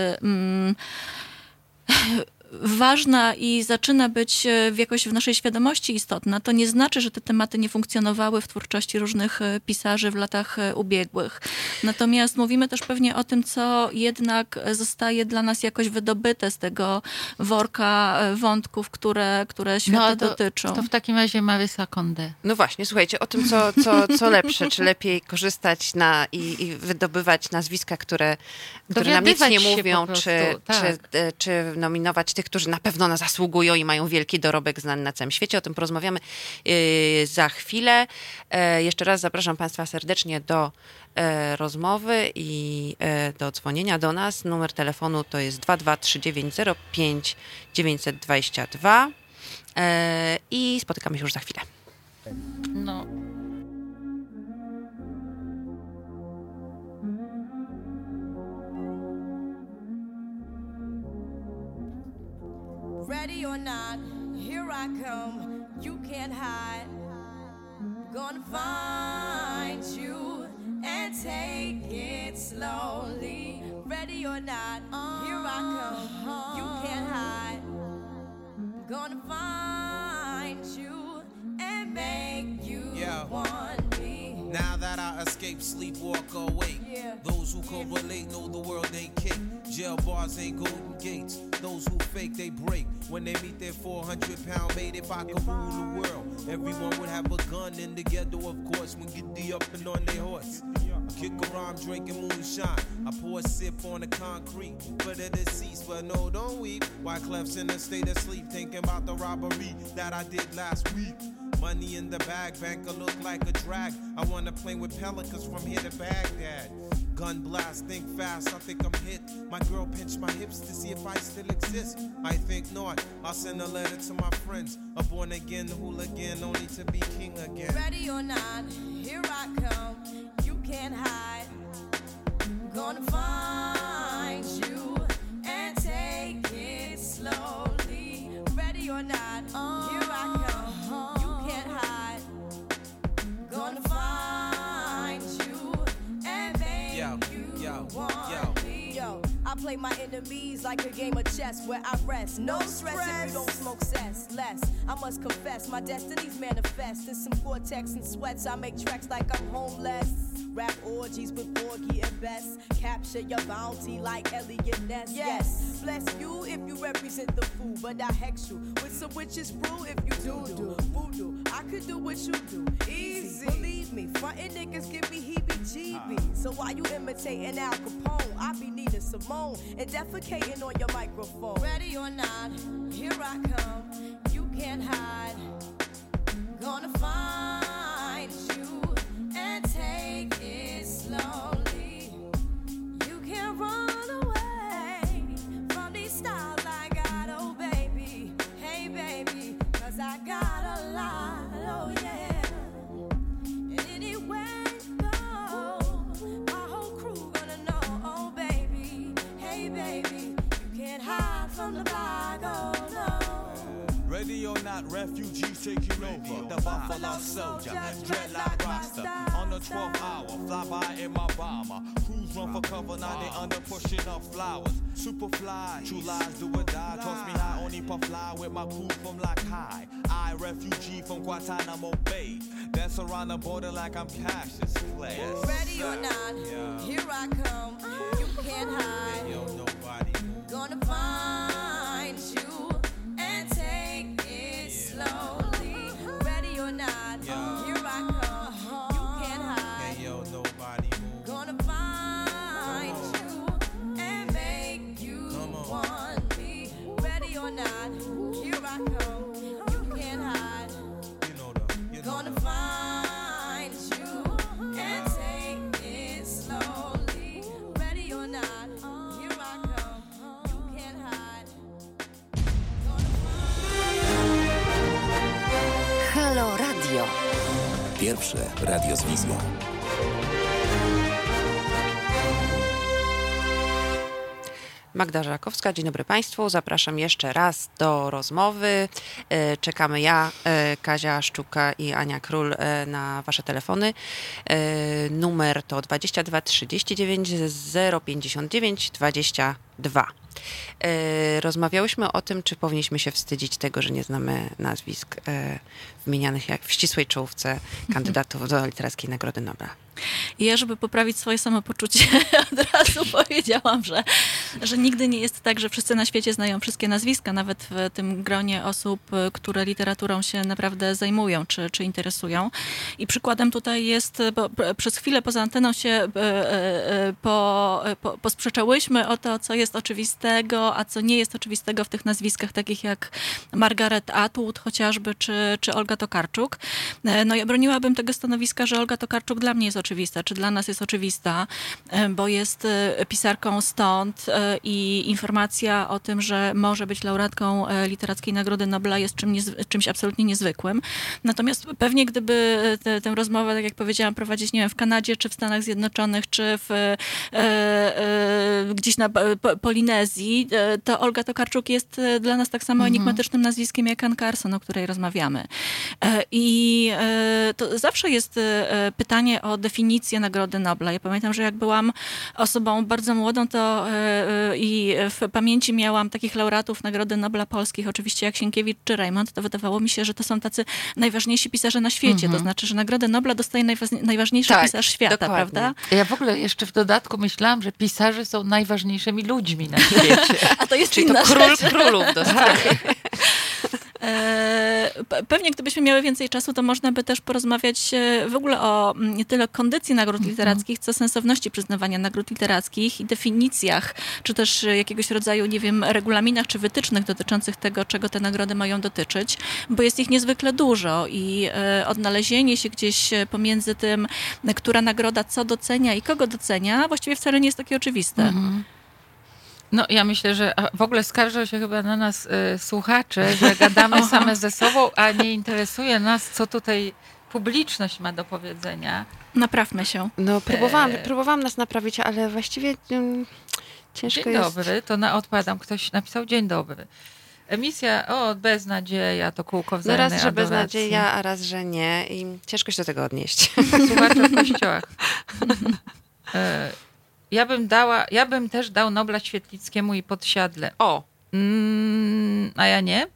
ważna i zaczyna być jakoś w naszej świadomości istotna, to nie znaczy, że te tematy nie funkcjonowały w twórczości różnych pisarzy w latach ubiegłych. Natomiast mówimy też pewnie o tym, co jednak zostaje dla nas jakoś wydobyte z tego worka wątków, które świata dotyczą. To w takim razie Marysa Condé. No właśnie, słuchajcie, o tym, co lepsze, czy lepiej korzystać i wydobywać nazwiska, które nam nic nie Dowiadywać się mówią, po prostu, czy nominować tych, którzy na pewno na zasługują i mają wielki dorobek znany na całym świecie. O tym porozmawiamy za chwilę. Jeszcze raz zapraszam Państwa serdecznie do rozmowy i do dzwonienia do nas. Numer telefonu to jest 223905922 i spotykamy się już za chwilę. No. Ready or not, here I come. You can't hide. Gonna find you and take it slowly. Ready or not, here I come. You can't hide. Gonna find you and make you want me. Now that I escape, sleep, walk awake. Those who correlate know the world ain't cake. Jail bars ain't golden gates. Those who fake, they break. When they meet their 400-pound mate, if I could rule the world, everyone would have a gun in the ghetto, of course, when get the up and on their horse. I kick around drinking moonshine. I pour a sip on the concrete for the deceased, but no, don't weep. Wyclef's in a state of sleep, thinking about the robbery that I did last week. Money in the bag, banker look like a drag. I wanna play with pelicans from here to Baghdad. Gun blast, think fast, I think I'm hit. My girl pinched my hips to see if I still exist. I think not, I'll send a letter to my friends. A born again hooligan, only to be king again. Ready or not, here I come. You can't hide. Gonna find you and take it slowly. Ready or not, here I come. You can't hide. Gonna find you and make you want me. Yo, I play my enemies like a game of chess where I rest. No stress if you don't smoke cess. Less, I must confess, my destinies manifest. In some Gore-Tex and sweats, I make tracks like I'm homeless. Rap orgies with Porgy and Bess. Capture your bounty like Elliot Ness. Yes, bless you if you represent the fool, but I hex you with some witches brew if you do voodoo. I could do what you do, easy. Believe me, frontin' niggas give me heebie-jeebies. So while you imitating Al Capone, I be Nina Simone and defecating on your microphone. Ready or not, here I come. You can't hide. Gonna find you and take it slowly. You can't run away from these styles I got, oh baby. Hey baby, 'cause I got a lot, oh yeah. And anywhere you go, my whole crew gonna know, oh baby. Hey baby, you can't hide from the block, oh no. Ready or not, refugees taking over. The Buffalo Soldier, dreadlock roster. On the 12th hour, fly by in my bomber. Crews run for cover, now they under pushing up flowers. Superfly, true lies do or die. Toss me high, only puff fly with my crew from like high. I, refugee from Guantanamo Bay. Dance around the border like I'm Cassius Clay. Ready or not, here I come. You can't hide. Yo, nobody move. Gonna find you and take it slowly. Ready or not, here I come. You can't hide. Hey, yo, nobody move. Gonna find you and make you want me. Ready or not, here I come. You can't hide. You know the, Gonna find you and take it slowly. Ready or not, here I come. You can't hide. Pierwsze radio z wizją. Magda Żakowska, dzień dobry Państwu. Zapraszam jeszcze raz do rozmowy. Czekamy ja, Kazia Szczuka i Ania Król na Wasze telefony. Numer to 22 39 059 22. Rozmawiałyśmy o tym, czy powinniśmy się wstydzić tego, że nie znamy nazwisk wymienianych jak w ścisłej czołówce kandydatów do Literackiej Nagrody Nobla. I ja, żeby poprawić swoje samopoczucie, od razu powiedziałam, że nigdy nie jest tak, że wszyscy na świecie znają wszystkie nazwiska, nawet w tym gronie osób, które literaturą się naprawdę zajmują czy interesują. I przykładem tutaj jest, bo przez chwilę poza anteną się posprzeczałyśmy o to, co jest oczywistego, a co nie jest oczywistego w tych nazwiskach, takich jak Margaret Atwood chociażby, czy Olga Tokarczuk. No ja broniłabym tego stanowiska, że Olga Tokarczuk dla mnie jest oczywista, czy dla nas jest oczywista, bo jest pisarką stąd i informacja o tym, że może być laureatką Literackiej Nagrody Nobla jest czymś absolutnie niezwykłym. Natomiast pewnie gdyby tę rozmowę, tak jak powiedziałam, prowadzić, nie wiem, w Kanadzie, czy w Stanach Zjednoczonych, czy gdzieś na Polinezji, to Olga Tokarczuk jest dla nas tak samo enigmatycznym nazwiskiem jak Anne Carson, o której rozmawiamy. I to zawsze jest pytanie o definicję Nagrody Nobla. Ja pamiętam, że jak byłam osobą bardzo młodą, to i w pamięci miałam takich laureatów Nagrody Nobla polskich, oczywiście jak Sienkiewicz czy Reymont, to wydawało mi się, że to są tacy najważniejsi pisarze na świecie. To znaczy, że Nagrodę Nobla dostaje najważniejszy pisarz świata, dokładnie. prawda? Ja w ogóle jeszcze w dodatku myślałam, że pisarze są najważniejszymi ludźmi na świecie. A to jest Czyli inna to król rzecz. królów dostaje. Pewnie gdybyśmy miały więcej czasu, to można by też porozmawiać w ogóle o nie tyle kondycji nagród literackich, co sensowności przyznawania nagród literackich i definicjach, czy też jakiegoś rodzaju, nie wiem, regulaminach czy wytycznych dotyczących tego, czego te nagrody mają dotyczyć, bo jest ich niezwykle dużo i odnalezienie się gdzieś pomiędzy tym, która nagroda co docenia i kogo docenia, właściwie wcale nie jest takie oczywiste. No ja myślę, że w ogóle skarżą się chyba na nas słuchacze, że gadamy same ze sobą, a nie interesuje nas, co tutaj publiczność ma do powiedzenia. Naprawmy się. No próbowałam nas naprawić, ale właściwie ciężko Dzień jest. dobry, to odpadam. Ktoś napisał dzień dobry. Emisja, beznadzieja, to kółko No wzajemnej raz, że adoracji. beznadzieja, a raz, że nie i ciężko się do tego odnieść. Słuchacze w kościołach. Ja bym też dał Nobla Świetlickiemu i Podsiadle. O! A ja nie?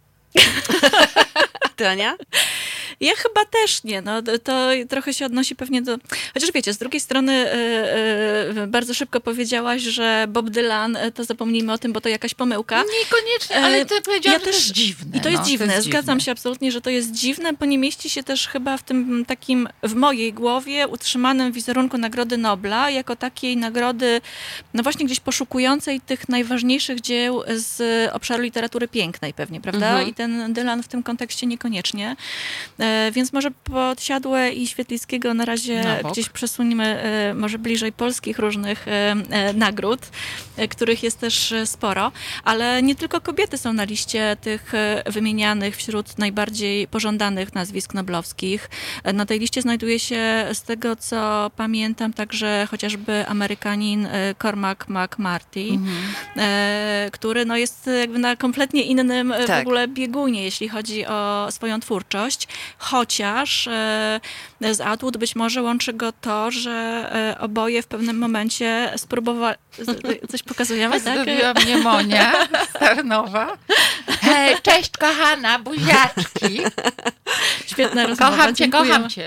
Ty, Ania? Ja chyba też nie. No, to trochę się odnosi pewnie do... Chociaż wiecie, z drugiej strony bardzo szybko powiedziałaś, że Bob Dylan, to zapomnijmy o tym, bo to jakaś pomyłka. Niekoniecznie, ale ty powiedziałaś, że to jest dziwne. I to jest dziwne. Zgadzam się absolutnie, że to jest dziwne, bo nie mieści się też chyba w tym takim, w mojej głowie, utrzymanym wizerunku Nagrody Nobla, jako takiej nagrody, no właśnie gdzieś poszukującej tych najważniejszych dzieł z obszaru literatury pięknej pewnie, prawda? I ten Dylan w tym kontekście niekoniecznie. Więc może Podsiadłe i Świetlickiego na razie gdzieś przesuńmy może bliżej polskich różnych nagród, których jest też sporo, ale nie tylko kobiety są na liście tych wymienianych wśród najbardziej pożądanych nazwisk noblowskich. Na tej liście znajduje się, z tego co pamiętam, także chociażby Amerykanin Cormac McMurtry, który no jest jakby na kompletnie innym w ogóle biegunie, jeśli chodzi o swoją twórczość. Chociaż z Atwood być może łączy go to, że oboje w pewnym momencie spróbowali... Coś pokazujemy, tak? Zrobiła mnie Monia Starnowa. Hej, cześć kochana, buziaczki. Świetna rozmowa, kocham dziękuję. cię.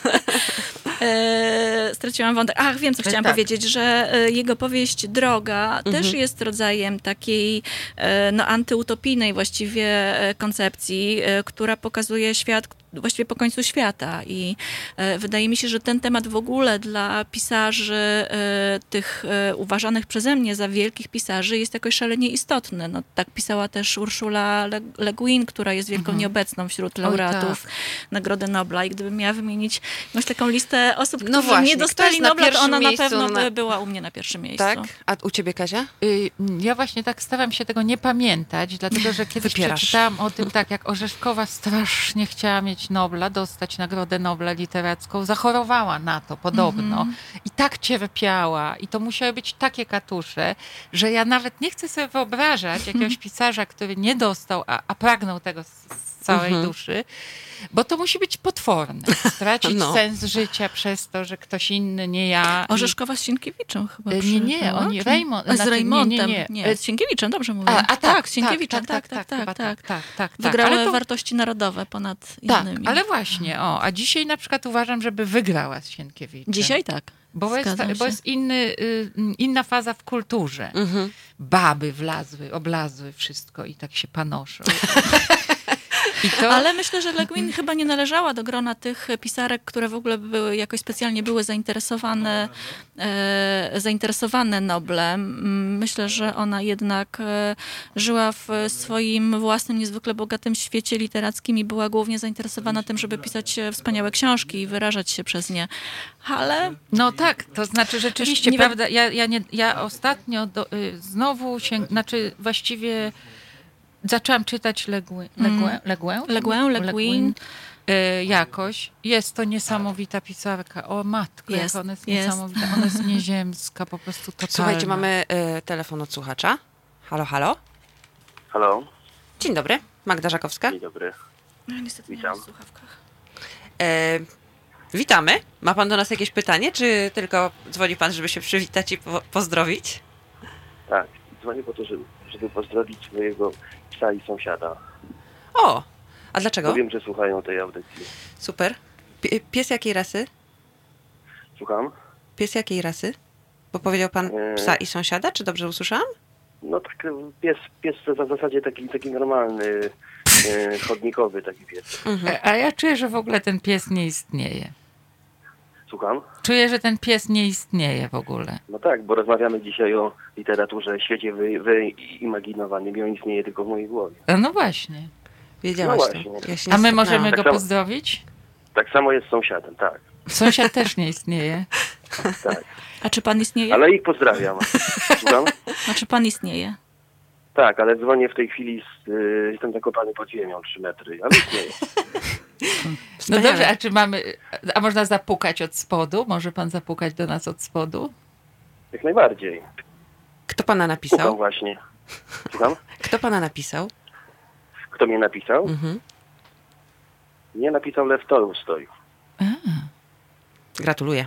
Straciłam wątek. Ach, wiem, co chciałam powiedzieć, że jego powieść Droga też jest rodzajem takiej antyutopijnej właściwie koncepcji, która pokazuje świat właściwie po końcu świata i wydaje mi się, że ten temat w ogóle dla pisarzy tych uważanych przeze mnie za wielkich pisarzy jest jakoś szalenie istotny. No, tak pisała też Ursula Le Guin, która jest wielką nieobecną wśród laureatów Nagrody Nobla i gdybym miała wymienić jakąś taką listę osób, którzy nie dostali Nobla, to ona na pewno by była u mnie na pierwszym miejscu. Tak? A u ciebie, Kazia? Ja właśnie tak staram się tego nie pamiętać, dlatego że kiedyś przeczytałam o tym, tak jak Orzeszkowa strasznie chciała mieć mieć Nobla, dostać Nagrodę Nobla literacką, zachorowała na to podobno i tak cierpiała i to musiały być takie katusze, że ja nawet nie chcę sobie wyobrażać jakiegoś pisarza, który nie dostał, a pragnął tego z całej duszy, bo to musi być potworne. Stracić sens życia przez to, że ktoś inny, nie ja. Orzeszkowa z Sienkiewiczem chyba. Nie, oni Z Rejmontem. Nie, z Sienkiewiczem, dobrze mówię. Tak, z Sienkiewiczem, tak. Wygrały Ale to- wartości narodowe ponad innymi. Tak, ale właśnie, a dzisiaj na przykład uważam, żeby wygrała z Sienkiewiczem. Dzisiaj tak. Bo Zgadzam jest, bo się. jest inna faza w kulturze. Baby wlazły, oblazły wszystko i tak się panoszą. I to... Ale myślę, że Le Guin chyba nie należała do grona tych pisarek, które w ogóle jakoś specjalnie były zainteresowane Noblem. Myślę, że ona jednak żyła w swoim własnym, niezwykle bogatym świecie literackim i była głównie zainteresowana tym, żeby pisać wspaniałe książki i wyrażać się przez nie. Ale No tak, to znaczy rzeczywiście, Nie prawda, ja ostatnio znowu właściwie zaczęłam czytać Le Guin jakoś. Jest to niesamowita pisarka. O matko, jak ona jest niesamowita. Ona jest nieziemska, po prostu totalna. Słuchajcie, mamy telefon od słuchacza. Halo, halo. Halo, Dzień dobry, Magda Żakowska. dzień dobry. niestety nie Witam. mam w słuchawkach. Witamy. Ma pan do nas jakieś pytanie, czy tylko dzwoni pan, żeby się przywitać i pozdrowić? Tak, dzwonię po to, żeby pozdrowić mojego psa i sąsiada. O, a dlaczego? Bo wiem, że słuchają tej audycji. Super. Pies jakiej rasy? Słucham? Pies jakiej rasy? Bo powiedział pan psa i sąsiada, czy dobrze usłyszałam? No tak, pies to w zasadzie taki normalny, chodnikowy taki pies. A ja czuję, że w ogóle ten pies nie istnieje. Słucham? Czuję, że ten pies nie istnieje w ogóle. No tak, bo rozmawiamy dzisiaj o literaturze, świecie wyimaginowanym i on istnieje tylko w mojej głowie. No właśnie. Wiedziałaś No to. właśnie. Ja się A nie my styknęłam. możemy Tak go samo. pozdrowić? Tak samo jest z sąsiadem, tak. Sąsiad też nie istnieje. Tak. A czy pan istnieje? Ale ich pozdrawiam. Słucham? A czy pan istnieje? Tak, ale dzwonię w tej chwili, jestem zakopany pod ziemią 3 metry, ale istnieje. No Wspaniale. dobrze, a można zapukać od spodu? Może pan zapukać do nas od spodu? Jak najbardziej. Kto pana Pukam napisał? właśnie. Słucham? Kto pana napisał? Kto mnie napisał? Mhm. Mnie napisał Lew Tolstoj. Gratuluję.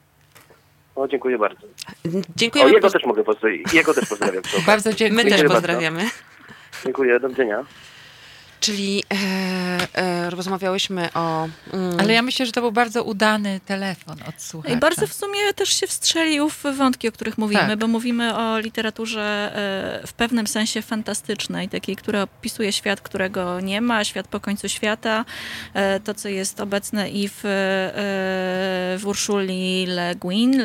O, dziękuję bardzo. O, Dziękujemy. jego też mogę pozdrowić. Jego też pozdrawiam. Bardzo dziękuję. My też bardzo. pozdrawiamy. Dziękuję, do widzenia. Czyli rozmawiałyśmy o... Ale ja myślę, że to był bardzo udany telefon od słuchacza. I bardzo w sumie też się wstrzelił w wątki, o których mówimy, Tak. bo mówimy o literaturze w pewnym sensie fantastycznej, takiej, która opisuje świat, którego nie ma, świat po końcu świata, to, co jest obecne i w Urszuli Le Guin,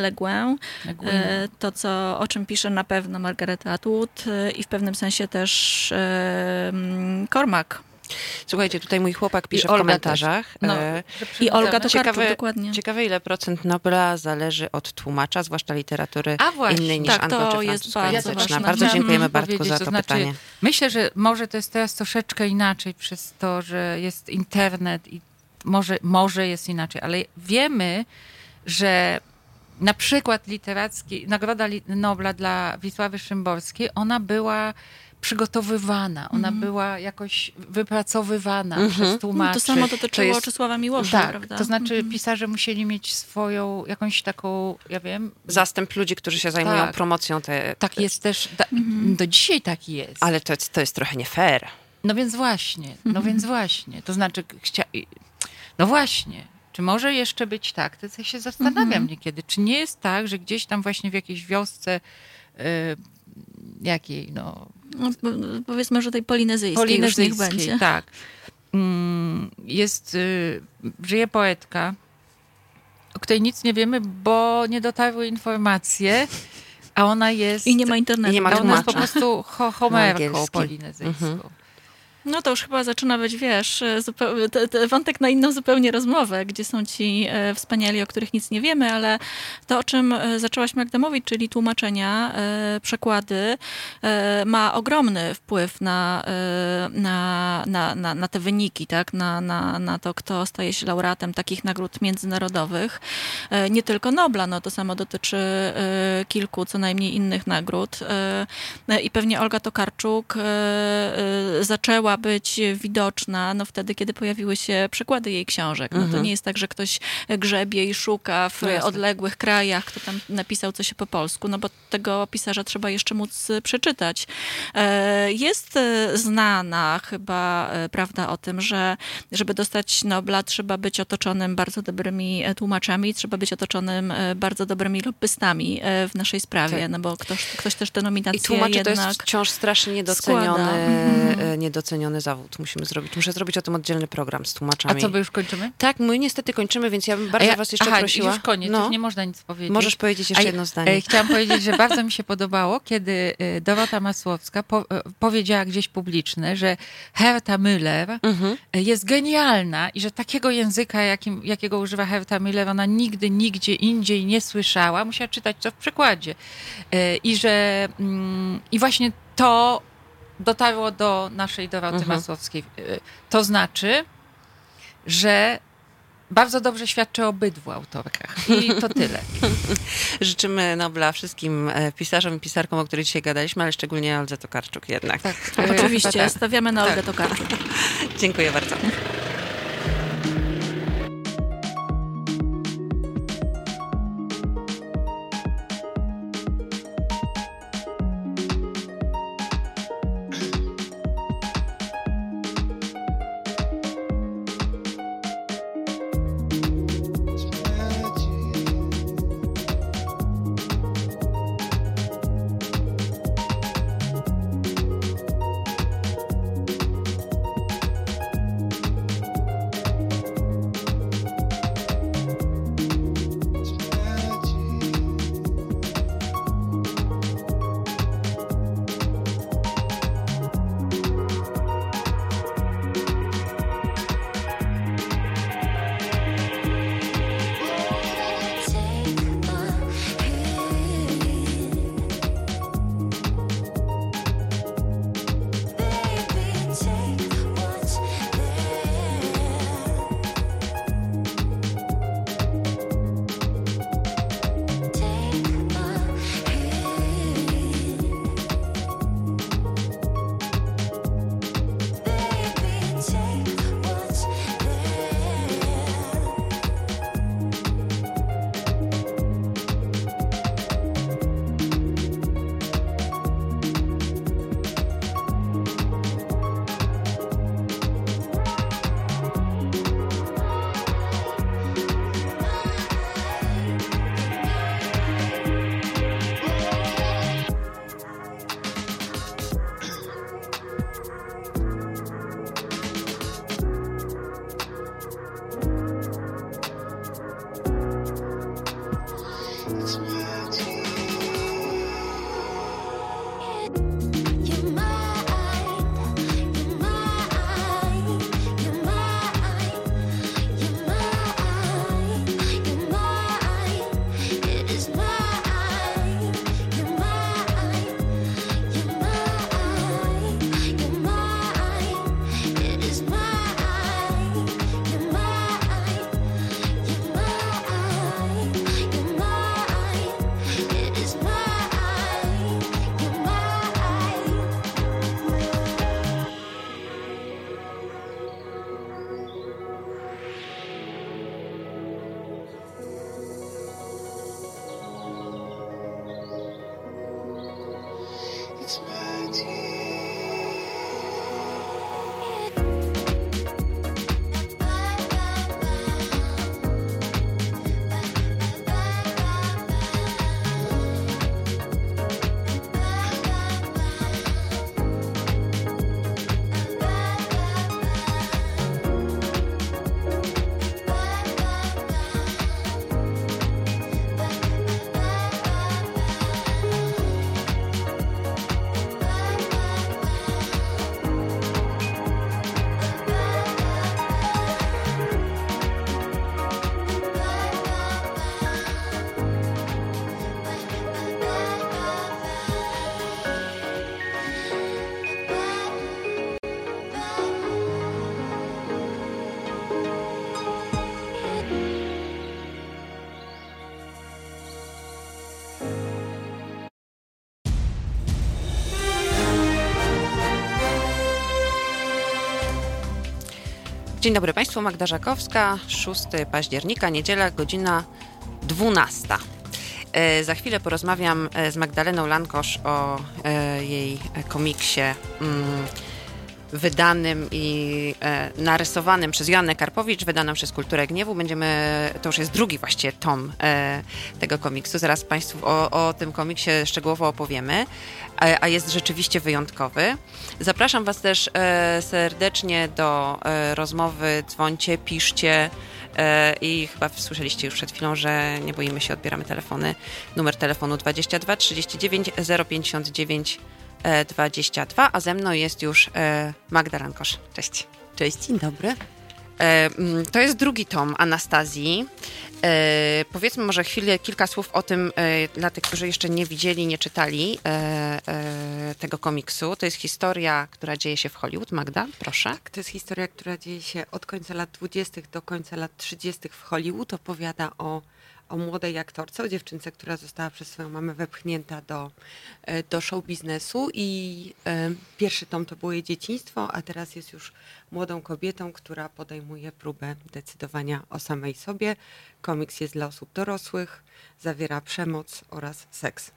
to, o czym pisze na pewno Margaret Atwood i w pewnym sensie też Cormac. Słuchajcie, tutaj mój chłopak pisze w Olga komentarzach. też. No, I Olga Tokarczuk, Ciekawe, dokładnie. ciekawe, ile procent Nobla zależy od tłumacza, zwłaszcza literatury A właśnie, innej niż tak, to anglo- czy jest francuskojęzyczna. bardzo ważne. Bardzo dziękujemy Chciałam Bartku powiedzieć, za to znaczy, pytanie. Myślę, że może to jest teraz troszeczkę inaczej przez to, że jest internet i może jest inaczej, ale wiemy, że na przykład Nagroda Nobla dla Wisławy Szymborskiej, ona była przygotowywana, ona była jakoś wypracowywana przez tłumaczy. To samo dotyczyło jest- Czesława Miłosza, Tak, prawda? to znaczy pisarze musieli mieć swoją jakąś taką, ja wiem... Zastęp ludzi, którzy się zajmują Tak. promocją Tak jest też, do dzisiaj tak jest. Ale to jest trochę nie fair. No więc właśnie, to znaczy no właśnie, czy może jeszcze być tak, to ja się zastanawiam niekiedy, czy nie jest tak, że gdzieś tam właśnie w jakiejś wiosce jakiej, no... No, powiedzmy, że tej polinezyjskiej już niech będzie. tak. Żyje poetka, o której nic nie wiemy, bo nie dotarły informacje, a ona jest... I nie ma internetu. I nie ma A ona jest po tłumacza. prostu Homerką angielski. polinezyjską. No to już chyba zaczyna być, wiesz, wątek na inną zupełnie rozmowę, gdzie są ci wspaniali, o których nic nie wiemy, ale to, o czym zaczęłaś, Magda, mówić, czyli tłumaczenia, przekłady, ma ogromny wpływ na te wyniki, tak? Na to, kto staje się laureatem takich nagród międzynarodowych. Nie tylko Nobla, no to samo dotyczy kilku co najmniej innych nagród. I pewnie Olga Tokarczuk zaczęła być widoczna wtedy, kiedy pojawiły się przekłady jej książek. No to nie jest tak, że ktoś grzebie i szuka w odległych krajach, kto tam napisał coś po polsku, no bo tego pisarza trzeba jeszcze móc przeczytać. Jest znana chyba prawda o tym, że żeby dostać Nobla, trzeba być otoczonym bardzo dobrymi tłumaczami, trzeba być otoczonym bardzo dobrymi lobbystami w naszej sprawie, no bo ktoś też te nominacje I tłumaczy jednak to jest wciąż strasznie niedoceniony zawód. Muszę zrobić o tym oddzielny program z tłumaczami. A co, my już kończymy? Tak, my niestety kończymy, więc ja bym bardzo was jeszcze prosiła. Już koniec, już nie można nic powiedzieć. Możesz powiedzieć jeszcze jedno zdanie. Chciałam powiedzieć, że bardzo mi się podobało, kiedy Dorota Masłowska powiedziała gdzieś publicznie, że Herta Müller jest genialna i że takiego języka, jakiego używa Herta Müller, ona nigdy, nigdzie indziej nie słyszała. Musiała czytać to w przekładzie. I właśnie to dotarło do naszej Doroty Masłowskiej. To znaczy, że bardzo dobrze świadczy o obydwu autorkach. I to tyle. Życzymy Nobla wszystkim pisarzom i pisarkom, o których dzisiaj gadaliśmy, ale szczególnie Oldze Tokarczuk jednak. Tak, oczywiście. Stawiamy na Olgę Tokarczuk. Dziękuję bardzo. Dzień dobry Państwu, Magda Żakowska, 6 października, niedziela, godzina 12. Za chwilę porozmawiam z Magdaleną Lankosz o jej komiksie wydanym i narysowanym przez Joannę Karpowicz, wydanym przez Kulturę Gniewu. To już jest drugi właściwie tom tego komiksu. Zaraz Państwu o tym komiksie szczegółowo opowiemy, a jest rzeczywiście wyjątkowy. Zapraszam Was też serdecznie do rozmowy. Dzwońcie, piszcie i chyba słyszeliście już przed chwilą, że nie boimy się, odbieramy telefony. Numer telefonu 22 39 059 22, a ze mną jest już Magda Lankosz. Cześć. Cześć, dzień dobry. To jest drugi tom Anastazji. Powiedzmy może kilka słów o tym dla tych, którzy jeszcze nie widzieli, nie czytali tego komiksu. To jest historia, która dzieje się w Hollywood. Magda, proszę. Tak, to jest historia, która dzieje się od końca lat 20. do końca lat 30. w Hollywood. Opowiada o młodej aktorce, o dziewczynce, która została przez swoją mamę wepchnięta do show biznesu i pierwszy tom to było jej dzieciństwo, a teraz jest już młodą kobietą, która podejmuje próbę decydowania o samej sobie. Komiks jest dla osób dorosłych, zawiera przemoc oraz seks.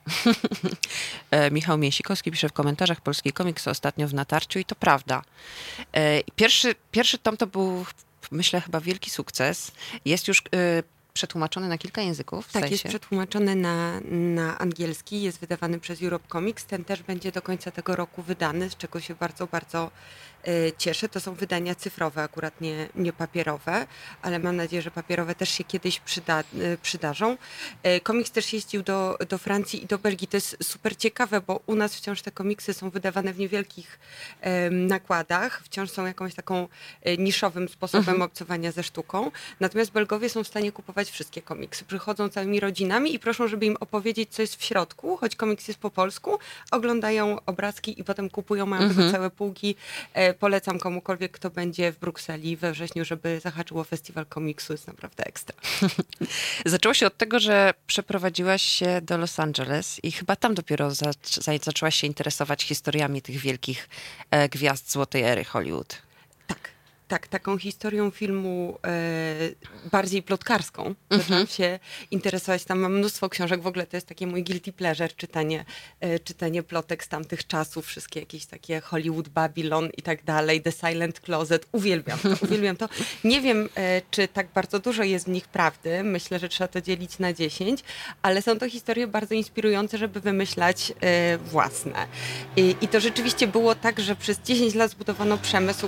Michał Mięsikowski pisze w komentarzach Polski Komiks ostatnio w natarciu i to prawda. Pierwszy tom to był, myślę, chyba wielki sukces. Jest już przetłumaczony na kilka języków. Tak, jest przetłumaczony na angielski, jest wydawany przez Europe Comics. Ten też będzie do końca tego roku wydany, z czego się bardzo, bardzo cieszę. To są wydania cyfrowe, akurat nie papierowe, ale mam nadzieję, że papierowe też się kiedyś przydarzą. Komiks też jeździł do Francji i do Belgii. To jest super ciekawe, bo u nas wciąż te komiksy są wydawane w niewielkich nakładach. Wciąż są jakąś taką niszowym sposobem obcowania ze sztuką. Natomiast Belgowie są w stanie kupować wszystkie komiksy. Przychodzą całymi rodzinami i proszą, żeby im opowiedzieć, co jest w środku, choć komiks jest po polsku. Oglądają obrazki i potem kupują, mają tego całe półki. Polecam komukolwiek, kto będzie w Brukseli we wrześniu, żeby zahaczył o festiwal komiksu. Jest naprawdę ekstra. Zaczęło się od tego, że przeprowadziłaś się do Los Angeles i chyba tam dopiero zaczęłaś się interesować historiami tych wielkich gwiazd złotej ery Hollywood. Tak, taką historią filmu bardziej plotkarską. Zaczęłam się interesować. Tam mam mnóstwo książek. W ogóle to jest takie mój guilty pleasure, czytanie plotek z tamtych czasów. Wszystkie jakieś takie Hollywood, Babylon i tak dalej. The Silent Closet. Uwielbiam to. Nie wiem, czy tak bardzo dużo jest w nich prawdy. Myślę, że trzeba to dzielić na 10. Ale są to historie bardzo inspirujące, żeby wymyślać własne. I to rzeczywiście było tak, że przez 10 lat zbudowano przemysł,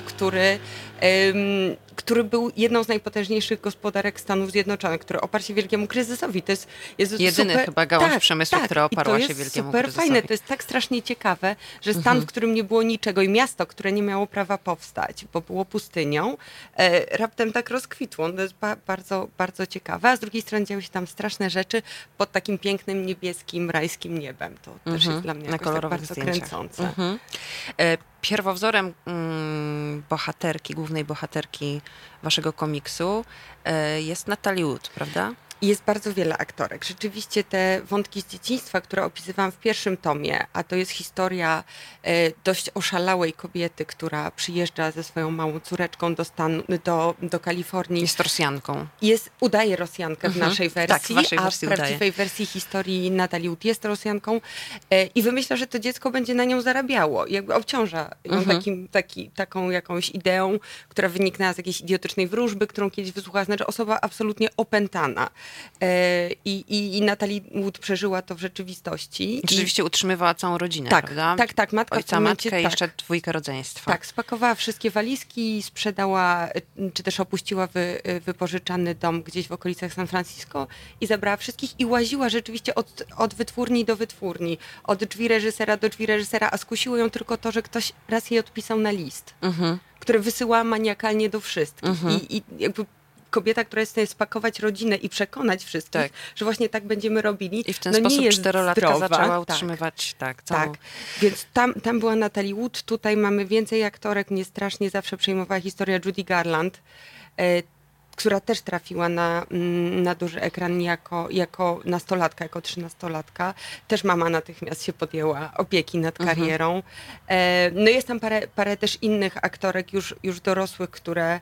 który był jedną z najpotężniejszych gospodarek Stanów Zjednoczonych, który oparł się wielkiemu kryzysowi. To jest jedyny super, chyba gałąź przemysłu, która oparła się wielkiemu kryzysowi. To jest super fajne, to jest tak strasznie ciekawe, że stan, w którym nie było niczego i miasto, które nie miało prawa powstać, bo było pustynią, raptem tak rozkwitło. To jest bardzo, bardzo ciekawe, a z drugiej strony działy się tam straszne rzeczy pod takim pięknym, niebieskim, rajskim niebem. To też jest dla mnie jakoś tak bardzo kręcące. Pierwowzorem głównej bohaterki waszego komiksu jest Natalie Wood, prawda? Jest bardzo wiele aktorek. Rzeczywiście te wątki z dzieciństwa, które opisywałam w pierwszym tomie, a to jest historia dość oszalałej kobiety, która przyjeżdża ze swoją małą córeczką do Kalifornii. Jest Rosjanką. Udaje Rosjankę w naszej wersji, tak, w waszej wersji a w prawdziwej wersji historii Natalie Wood jest Rosjanką i wymyśla, że to dziecko będzie na nią zarabiało. Jakby obciąża ją taką jakąś ideą, która wyniknęła z jakiejś idiotycznej wróżby, którą kiedyś wysłuchała. Znaczy osoba absolutnie opętana. I Natalie Wood przeżyła to w rzeczywistości. Rzeczywiście utrzymywała całą rodzinę, prawda? Tak. Matka ojca, matkę i jeszcze 2 rodzeństwa. Tak, spakowała wszystkie walizki, sprzedała, czy też opuściła wypożyczany dom gdzieś w okolicach San Francisco i zabrała wszystkich i łaziła rzeczywiście od wytwórni do wytwórni, od drzwi reżysera do drzwi reżysera, a skusiło ją tylko to, że ktoś raz jej odpisał na list, który wysyłała maniakalnie do wszystkich. I jakby kobieta, która jest w stanie spakować rodzinę i przekonać wszystkich, że właśnie tak będziemy robili. I w ten sposób nie jest 4-latka zdrowa. zaczęła utrzymywać całą... Tak, więc tam była Natalie Wood, tutaj mamy więcej aktorek, mnie strasznie zawsze przejmowała historia Judy Garland. która też trafiła na duży ekran jako nastolatka, jako 13-latka. Też mama natychmiast się podjęła opieki nad karierą. No jest tam parę też innych aktorek już dorosłych, które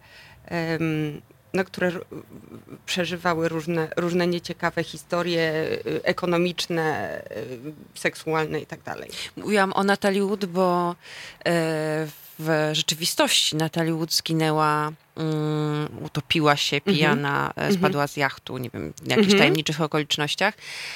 przeżywały różne nieciekawe historie ekonomiczne, seksualne i tak dalej. Mówiłam o Natalie Wood, bo w rzeczywistości Natalie Wood zginęła, utopiła się pijana, spadła z jachtu, nie wiem, w jakichś tajemniczych okolicznościach,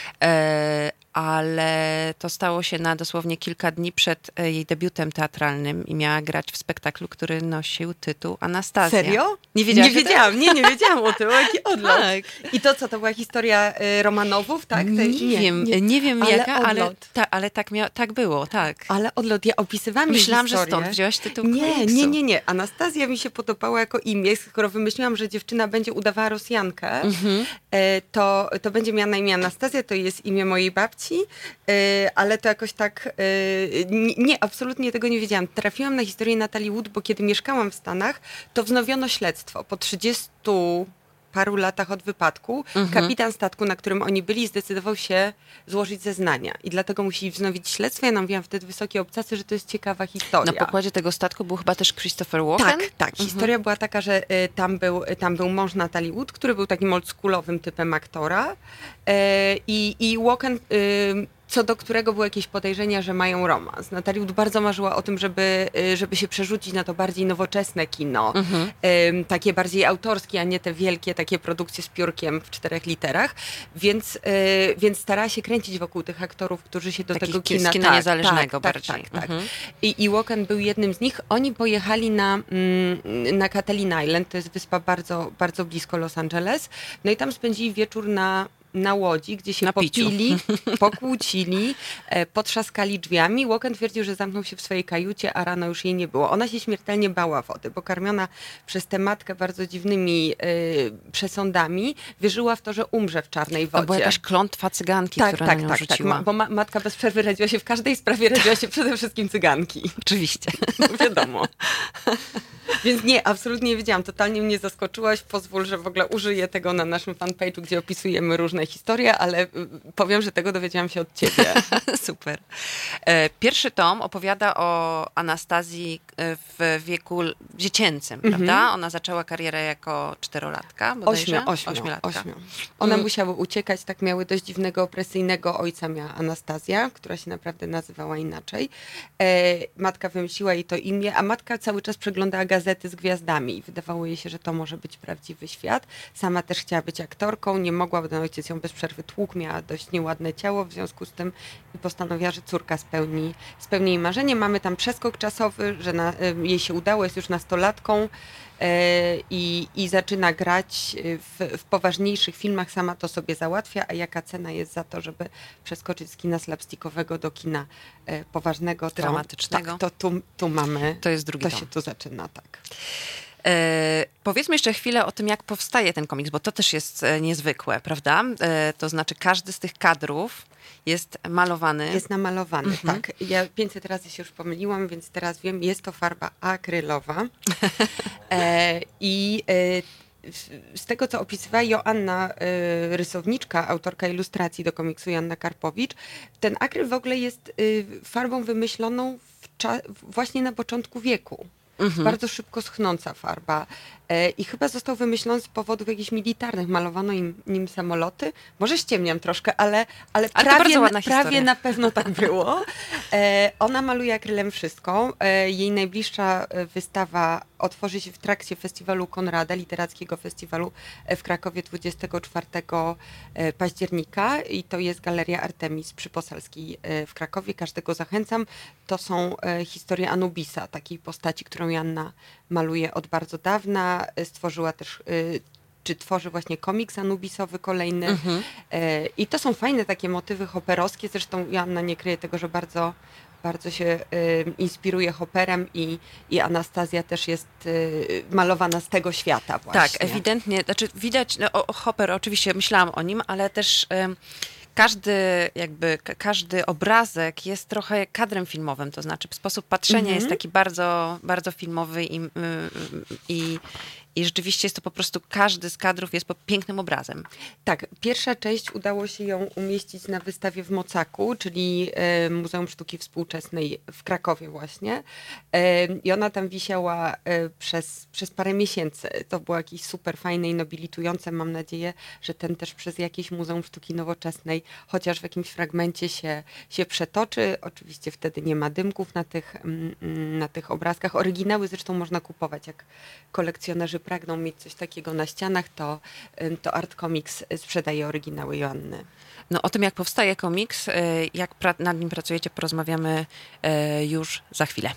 ale to stało się na dosłownie kilka dni przed jej debiutem teatralnym i miała grać w spektaklu, który nosił tytuł Anastazja. Serio? Nie wiedziałaś? Nie wiedziałam, nie wiedziałam o tym, jaki odlot. Tak. I to co, to była historia Romanowów, tak? Nie wiem ale jaka, odlot. ale tak było, tak. Ale odlot, ja opisywałam Myślałam, historię. że stąd wzięłaś tytuł Nie, komiksu. nie. Anastazja mi się podobała jako imię, skoro wymyśliłam, że dziewczyna będzie udawała Rosjankę, to będzie miała na imię Anastazja, to jest imię mojej babci, ale to jakoś tak, nie, absolutnie tego nie wiedziałam. Trafiłam na historię Natalie Wood, bo kiedy mieszkałam w Stanach, to wznowiono śledztwo. Po 30 paru latach od wypadku kapitan statku, na którym oni byli, zdecydował się złożyć zeznania. I dlatego musieli wznowić śledztwo. Ja mówiłam wtedy wysokiej obcacy, że to jest ciekawa historia. Na pokładzie tego statku był chyba też Christopher Walken? Tak. Historia była taka, że tam był mąż Natalie Wood, który był takim oldschoolowym typem aktora i Walken co do którego były jakieś podejrzenia, że mają romans. Natalie Wood bardzo marzyła o tym, żeby się przerzucić na to bardziej nowoczesne kino, takie bardziej autorskie, a nie te wielkie takie produkcje z piórkiem w 4 literach, więc starała się kręcić wokół tych aktorów, którzy się do tego kina... Z kina niezależnego bardziej. Tak. I Walken był jednym z nich. Oni pojechali na Catalin Island, to jest wyspa bardzo, bardzo blisko Los Angeles, no i tam spędzili wieczór na łodzi, gdzie się popili, pokłócili, potrzaskali drzwiami. Walken twierdził, że zamknął się w swojej kajucie, a rano już jej nie było. Ona się śmiertelnie bała wody, bo karmiona przez tę matkę bardzo dziwnymi przesądami, wierzyła w to, że umrze w czarnej wodzie. To była jakaś klątwa cyganki, która na nią rzuciła. Tak, bo matka bez przerwy radziła się w każdej sprawie, radziła się przede wszystkim cyganki. Oczywiście. No wiadomo. Więc nie, absolutnie nie wiedziałam. Totalnie mnie zaskoczyłaś. Pozwól, że w ogóle użyję tego na naszym fanpage'u, gdzie opisujemy różne historie, ale powiem, że tego dowiedziałam się od ciebie. Super. Pierwszy tom opowiada o Anastazji w wieku dziecięcym, prawda? Ona zaczęła karierę jako 4-latka bodajże? 8-latka. One musiały uciekać, tak miały dość dziwnego, opresyjnego ojca miała Anastazja, która się naprawdę nazywała inaczej. Matka wymyśliła jej to imię, a matka cały czas przeglądała gazety z gwiazdami i wydawało jej się, że to może być prawdziwy świat. Sama też chciała być aktorką, nie mogła, bo ten ojciec ją bez przerwy tłukł, miała dość nieładne ciało, w związku z tym postanowiła, że córka spełni jej marzenie. Mamy tam przeskok czasowy, że jej się udało, jest już nastolatką i zaczyna grać w poważniejszych filmach, sama to sobie załatwia, a jaka cena jest za to, żeby przeskoczyć z kina slapstickowego do kina poważnego, dramatycznego. Tak, to tu mamy, to jest drugi tom. To się tu zaczyna, tak. Powiedzmy jeszcze chwilę o tym, jak powstaje ten komiks, bo to też jest niezwykłe, prawda? To znaczy każdy z tych kadrów jest malowany. Jest namalowany, tak. Ja 500 razy się już pomyliłam, więc teraz wiem, jest to farba akrylowa. Z tego, co opisywała Joanna, rysowniczka, autorka ilustracji do komiksu Joanna Karpowicz, ten akryl w ogóle jest farbą wymyśloną właśnie na początku wieku. Bardzo szybko schnąca farba. I chyba został wymyślony z powodów jakichś militarnych. Malowano nim samoloty. Może ściemniam troszkę, ale prawie na pewno tak było. Ona maluje akrylem wszystko. Jej najbliższa wystawa otworzy się w trakcie festiwalu Konrada, literackiego festiwalu w Krakowie 24 października i to jest Galeria Artemis przy Poselskiej w Krakowie. Każdego zachęcam. To są historie Anubisa, takiej postaci, którą Joanna maluje od bardzo dawna. Stworzyła też, czy tworzy właśnie komiks anubisowy kolejny. I to są fajne takie motywy hopperowskie. Zresztą Joanna nie kryje tego, że bardzo, bardzo się inspiruje Hopperem i Anastazja też jest malowana z tego świata właśnie. Tak, ewidentnie. Znaczy widać, Hopper, oczywiście myślałam o nim, ale też... Każdy obrazek jest trochę kadrem filmowym, to znaczy sposób patrzenia jest taki bardzo, bardzo filmowy I rzeczywiście jest to po prostu, każdy z kadrów jest pięknym obrazem. Tak, pierwsza część udało się ją umieścić na wystawie w Mocaku, czyli Muzeum Sztuki Współczesnej w Krakowie właśnie. I ona tam wisiała przez parę miesięcy. To było jakieś super fajne i nobilitujące. Mam nadzieję, że ten też przez jakieś Muzeum Sztuki Nowoczesnej, chociaż w jakimś fragmencie się przetoczy. Oczywiście wtedy nie ma dymków na tych obrazkach. Oryginały zresztą można kupować. Jak kolekcjonerzy pragną mieć coś takiego na ścianach, to Art Comics sprzedaje oryginały Joanny. No o tym, jak powstaje komiks, jak nad nim pracujecie, porozmawiamy już za chwilę.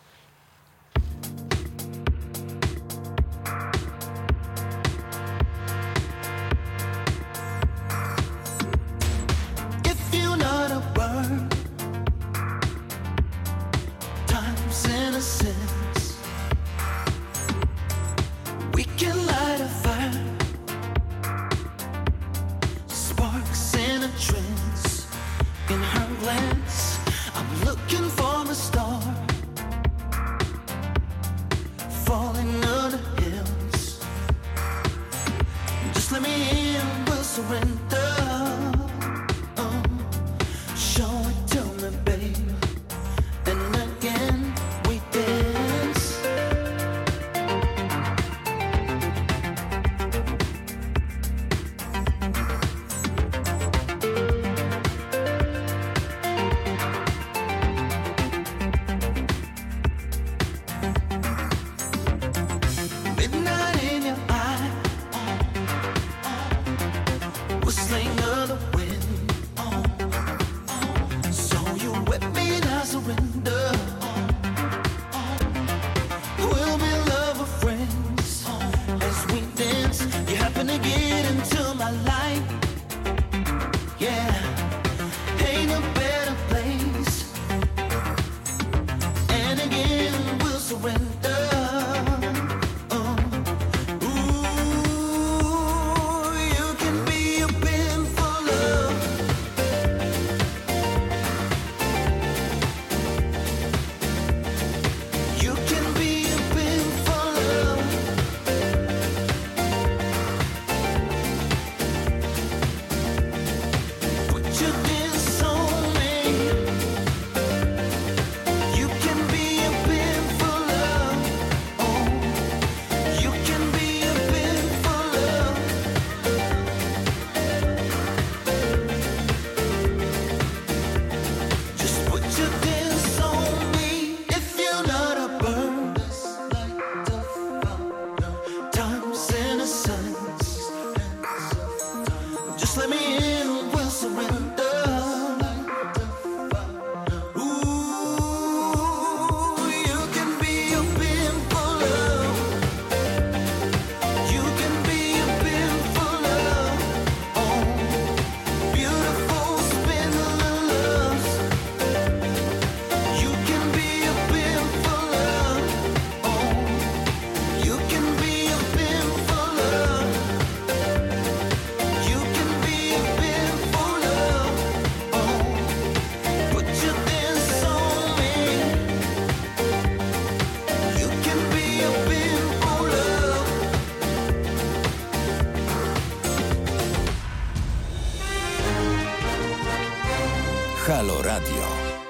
Halo Radio.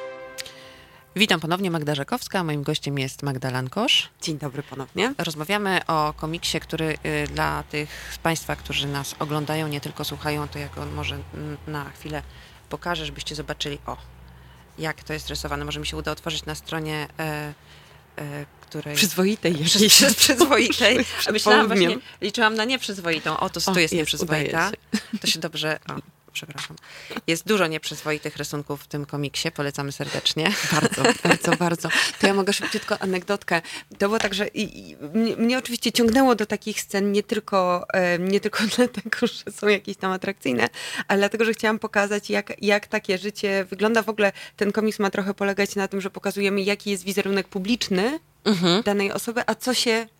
Witam ponownie, Magda Rzekowska. Moim gościem jest Magda Lankosz. Dzień dobry ponownie. Rozmawiamy o komiksie, który dla tych z Państwa, którzy nas oglądają, nie tylko słuchają, to jak on może na chwilę pokażę, żebyście zobaczyli, jak to jest rysowane. Może mi się uda otworzyć na stronie, której... Przyzwoitej. Przyzwoitej. Myślałam właśnie, liczyłam na nieprzyzwoitą. Tu jest nieprzyzwoita. To się dobrze... Przepraszam. Jest dużo nieprzyzwoitych rysunków w tym komiksie. Polecamy serdecznie. Bardzo. To ja mogę szybciutko anegdotkę. To było tak, że mnie oczywiście ciągnęło do takich scen nie tylko dlatego, że są jakieś tam atrakcyjne, ale dlatego, że chciałam pokazać, jak takie życie wygląda. W ogóle ten komiks ma trochę polegać na tym, że pokazujemy, jaki jest wizerunek publiczny danej osoby, a co się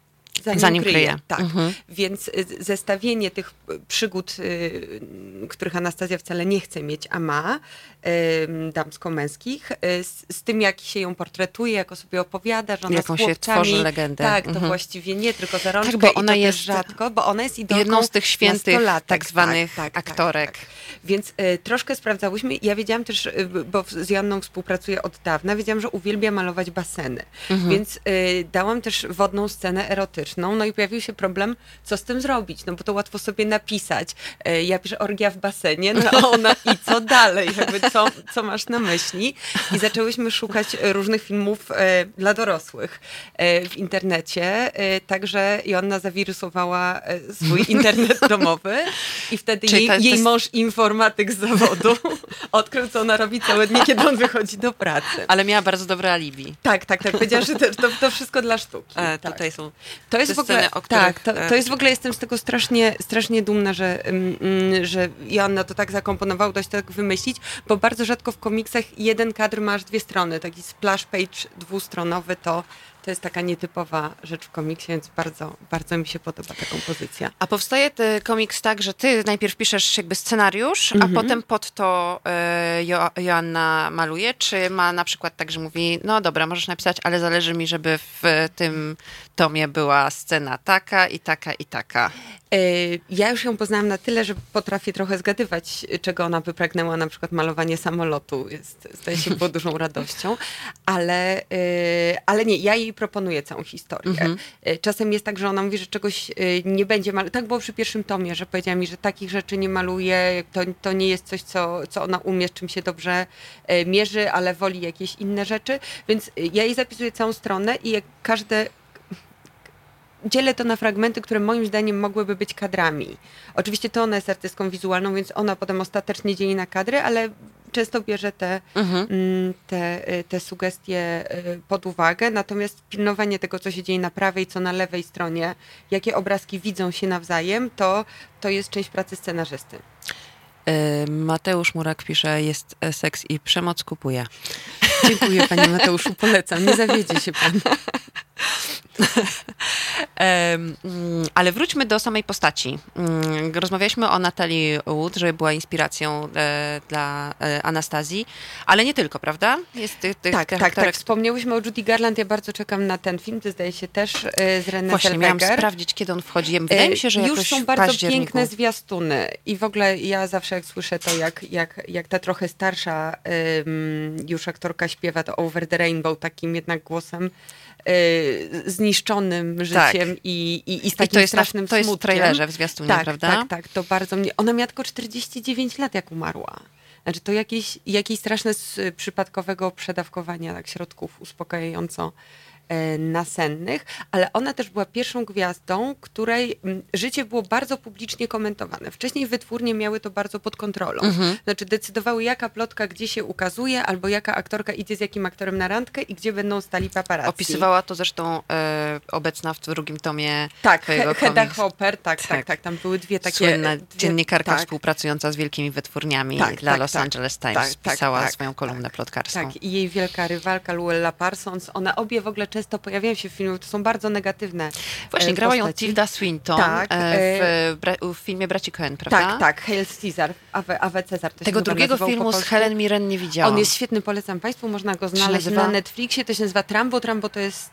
zanim kryje. kryje. Tak. Więc zestawienie tych przygód, których Anastazja wcale nie chce mieć, a ma, damsko-męskich, z tym, jak się ją portretuje, jak o sobie opowiada, że ona Jaką z się chłopcami, tworzy legendę. Tak, to właściwie nie tylko za rączkę, Tak, bo i ona to jest też rzadko, bo ona jest idolką jedną z tych świętych nastolatek. tak zwanych aktorek. Więc troszkę sprawdzałyśmy. Ja wiedziałam też, bo z Joanną współpracuję od dawna, wiedziałam, że uwielbia malować baseny. Więc dałam też wodną scenę erotyczną, no i pojawił się problem, co z tym zrobić, no bo to łatwo sobie napisać. Ja piszę orgia w basenie, no a ona i co dalej, jakby co masz na myśli? I zaczęłyśmy szukać różnych filmów dla dorosłych w internecie, także Joanna zawirusowała swój internet domowy i wtedy jej mąż informatyk z zawodu odkrył, co ona robi całe dnie, kiedy on wychodzi do pracy. Ale miała bardzo dobre alibi. Tak. Powiedziała, że to wszystko dla sztuki. Tutaj są to jest w ogóle, sceny, o których... to jest w ogóle, jestem z tego strasznie dumna, że Joanna to tak zakomponowała, udało się tak wymyślić, bo bardzo rzadko w komiksach jeden kadr ma aż dwie strony. Taki splash page dwustronowy to jest taka nietypowa rzecz w komiksie, więc bardzo, bardzo mi się podoba ta kompozycja. A powstaje ten komiks tak, że ty najpierw piszesz jakby scenariusz, a potem pod to Joanna maluje? Czy ma na przykład tak, że mówi, no dobra, możesz napisać, ale zależy mi, żeby w tym tomie była scena taka i taka i taka? Ja już ją poznałam na tyle, że potrafię trochę zgadywać, czego ona by pragnęła, na przykład malowanie samolotu zdaje się było dużą radością, ale nie, ja jej proponuję całą historię. Czasem jest tak, że ona mówi, że czegoś nie będzie malować. Tak było przy pierwszym tomie, że powiedziała mi, że takich rzeczy nie maluje, to nie jest coś, co ona umie, z czym się dobrze mierzy, ale woli jakieś inne rzeczy, więc ja jej zapisuję całą stronę i jak dzielę to na fragmenty, które moim zdaniem mogłyby być kadrami. Oczywiście to ona jest artystką wizualną, więc ona potem ostatecznie dzieli na kadry, ale często bierze te sugestie pod uwagę. Natomiast pilnowanie tego, co się dzieje na prawej, co na lewej stronie, jakie obrazki widzą się nawzajem, to jest część pracy scenarzysty. Mateusz Murak pisze, jest seks i przemoc, kupuje. Dziękuję, panie Mateuszu, polecam. Nie zawiedzie się pan. Ale wróćmy do samej postaci. Rozmawialiśmy o Natalii Wood, że była inspiracją dla Anastazji, ale nie tylko, prawda? Jest Tak. Wspomniałyśmy o Judy Garland. Ja bardzo czekam na ten film. To zdaje się też z Renée Właśnie, miałam Zellweger. sprawdzić, kiedy on wchodzi. Wydaje mi się, że już jakoś są w bardzo październiku. piękne zwiastuny. I w ogóle ja zawsze jak słyszę to, jak ta trochę starsza już aktorka śpiewa to Over the Rainbow takim jednak głosem zniszczonym życiem i z takim strasznym to jest smutkiem. w trailerze, w zwiastunie, prawda? Tak, to bardzo mnie... Ona miała tylko 49 lat, jak umarła. Znaczy to jakieś straszne z przypadkowego przedawkowania tak, środków uspokajająco nasennych, ale ona też była pierwszą gwiazdą, której życie było bardzo publicznie komentowane. Wcześniej wytwórnie miały to bardzo pod kontrolą. Znaczy decydowały, jaka plotka gdzie się ukazuje, albo jaka aktorka idzie z jakim aktorem na randkę i gdzie będą stali paparazzi. Opisywała to zresztą obecna w drugim tomie Hedda Hopper, tak. Tam były dwie takie... Słynna dziennikarka współpracująca z wielkimi wytwórniami dla Los Angeles Times pisała swoją kolumnę plotkarską. Tak, i jej wielka rywalka Luella Parsons, one obie w ogóle często pojawiają się w filmie, to są bardzo negatywne Właśnie, grała ją Tilda Swinton w filmie Braci Coen, prawda? Tak, Hail Caesar, Ave Cezar. Tego drugiego filmu z Helen Mirren nie widziałam. On jest świetny, polecam Państwu, można go znaleźć na Netflixie, to się nazywa Trambo. Trambo to jest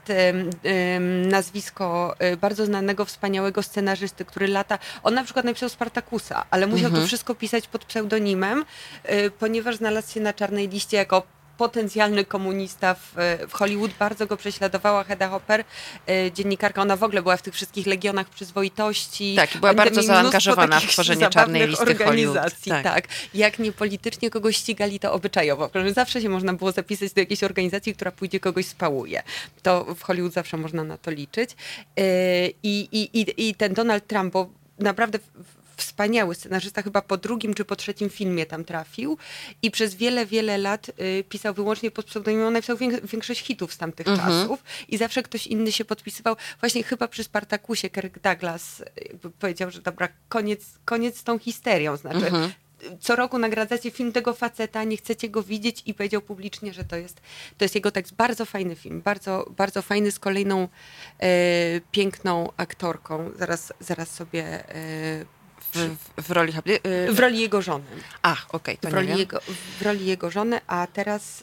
nazwisko bardzo znanego, wspaniałego scenarzysty, który lata, on na przykład napisał Spartakusa, ale musiał to wszystko pisać pod pseudonimem, ponieważ znalazł się na czarnej liście jako potencjalny komunista w Hollywood. Bardzo go prześladowała Hedda Hopper, dziennikarka. Ona w ogóle była w tych wszystkich legionach przyzwoitości. Tak, była bardzo zaangażowana w tworzenie czarnej listy Hollywood. Tak. Jak nie politycznie kogoś ścigali, to obyczajowo. Zawsze się można było zapisać do jakiejś organizacji, która pójdzie kogoś spałuje. To w Hollywood zawsze można na to liczyć. I ten Donald Trump, bo naprawdę wspaniały scenarzysta, chyba po drugim czy po trzecim filmie tam trafił i przez wiele lat pisał wyłącznie pod pseudonimem. On napisał większość hitów z tamtych czasów i zawsze ktoś inny się podpisywał. Właśnie chyba przy Spartakusie Kirk Douglas powiedział, że dobra, koniec z tą histerią. Znaczy co roku nagradzacie film tego faceta, nie chcecie go widzieć i powiedział publicznie, że to jest jego tekst. Bardzo fajny film, bardzo, bardzo fajny, z kolejną piękną aktorką. Zaraz sobie... W roli w roli jego żony. Okej, to w nie roli wiem. w roli jego żony, a teraz...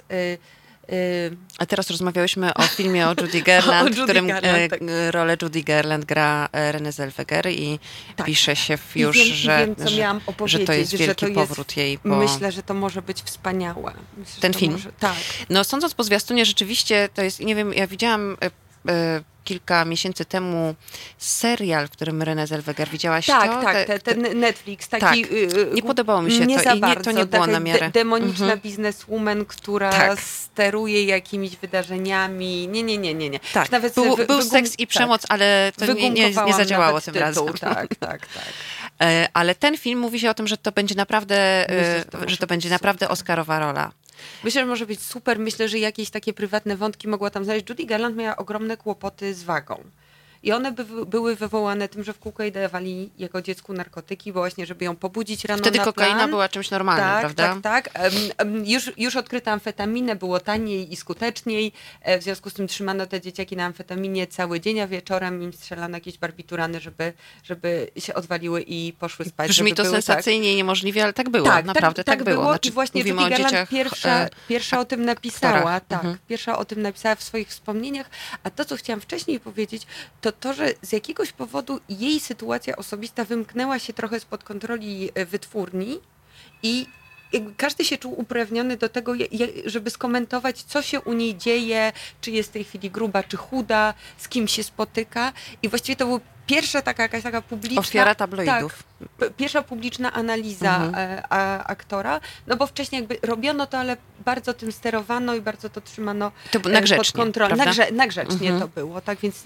A teraz rozmawiałyśmy o filmie o Judy Garland, w którym tak. rolę Judy Garland gra Renée Zellweger i pisze się już, wiem, co miałam że to jest opowiedzieć, wielki że to jest, powrót jej po... Myślę, że to może być wspaniałe. Myślę, Ten że to film? tak. No sądząc po zwiastunie, rzeczywiście to jest, nie wiem, ja widziałam kilka miesięcy temu serial, w którym Renée Zellweger, widziałaś to? Tak, ten Netflix, taki... Tak. Nie podobało mi się nie to za i bardzo, to nie było na miarę. Demoniczna bizneswoman, która steruje jakimiś wydarzeniami. Nie. Tak, nawet był seks i przemoc, ale to nie zadziałało tym razem. Tak. Ale ten film mówi się o tym, że to będzie naprawdę, Myślę, że to będzie naprawdę Oscarowa rola. Myślę, że może być super. Myślę, że jakieś takie prywatne wątki mogła tam znaleźć. Judy Garland miała ogromne kłopoty z wagą. I one były wywołane tym, że w kółko jej dawali jako dziecku narkotyki, bo właśnie, żeby ją pobudzić rano Wtedy na kokaina plan. była czymś normalnym, prawda? Tak. Już odkryto amfetaminę, było taniej i skuteczniej. W związku z tym trzymano te dzieciaki na amfetaminie cały dzień, a wieczorem im strzelano jakieś barbiturany, żeby się odwaliły i poszły spać. Brzmi to sensacyjnie i niemożliwie, ale tak było. Naprawdę tak było. Znaczy, i właśnie Judy Garland pierwsza o tym napisała. Pierwsza o tym napisała w swoich wspomnieniach. A to, co chciałam wcześniej powiedzieć, to, że z jakiegoś powodu jej sytuacja osobista wymknęła się trochę spod kontroli wytwórni i jakby każdy się czuł uprawniony do tego, żeby skomentować, co się u niej dzieje, czy jest w tej chwili gruba, czy chuda, z kim się spotyka. I właściwie to był pierwsza jakaś taka publiczna... Ofiara tabloidów. Tak, pierwsza publiczna analiza aktora, no bo wcześniej jakby robiono to, ale bardzo tym sterowano i bardzo to trzymano pod kontrolą. Nagrzecznie to było, tak więc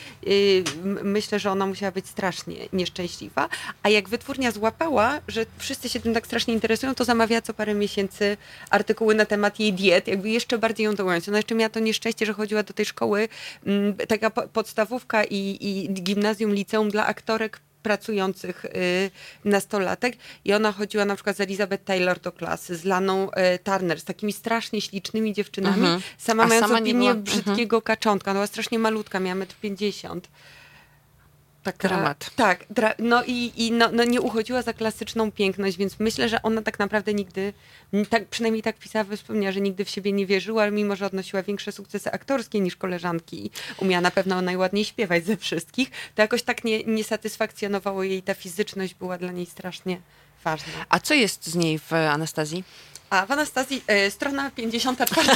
myślę, że ona musiała być strasznie nieszczęśliwa, a jak wytwórnia złapała, że wszyscy się tym tak strasznie interesują, to zamawiała co parę miesięcy artykuły na temat jej diet, jakby jeszcze bardziej ją dołączyć. Ona jeszcze miała to nieszczęście, że chodziła do tej szkoły, taka podstawówka i gimnazjum, liceum dla aktorek pracujących nastolatek i ona chodziła na przykład z Elizabeth Taylor do klasy, z Laną Turner, z takimi strasznie ślicznymi dziewczynami, sama mając opinię brzydkiego kaczątka. Ona była strasznie malutka, miała 1,50 m. Dramat. Tak, no i nie uchodziła za klasyczną piękność, więc myślę, że ona tak naprawdę nigdy, przynajmniej tak pisała we wspomnieniach, że nigdy w siebie nie wierzyła, ale mimo, że odnosiła większe sukcesy aktorskie niż koleżanki i umiała na pewno najładniej śpiewać ze wszystkich, to jakoś tak nie satysfakcjonowało jej, ta fizyczność była dla niej strasznie ważna. A co jest z niej w Anastazji? A w Anastazji, strona 54.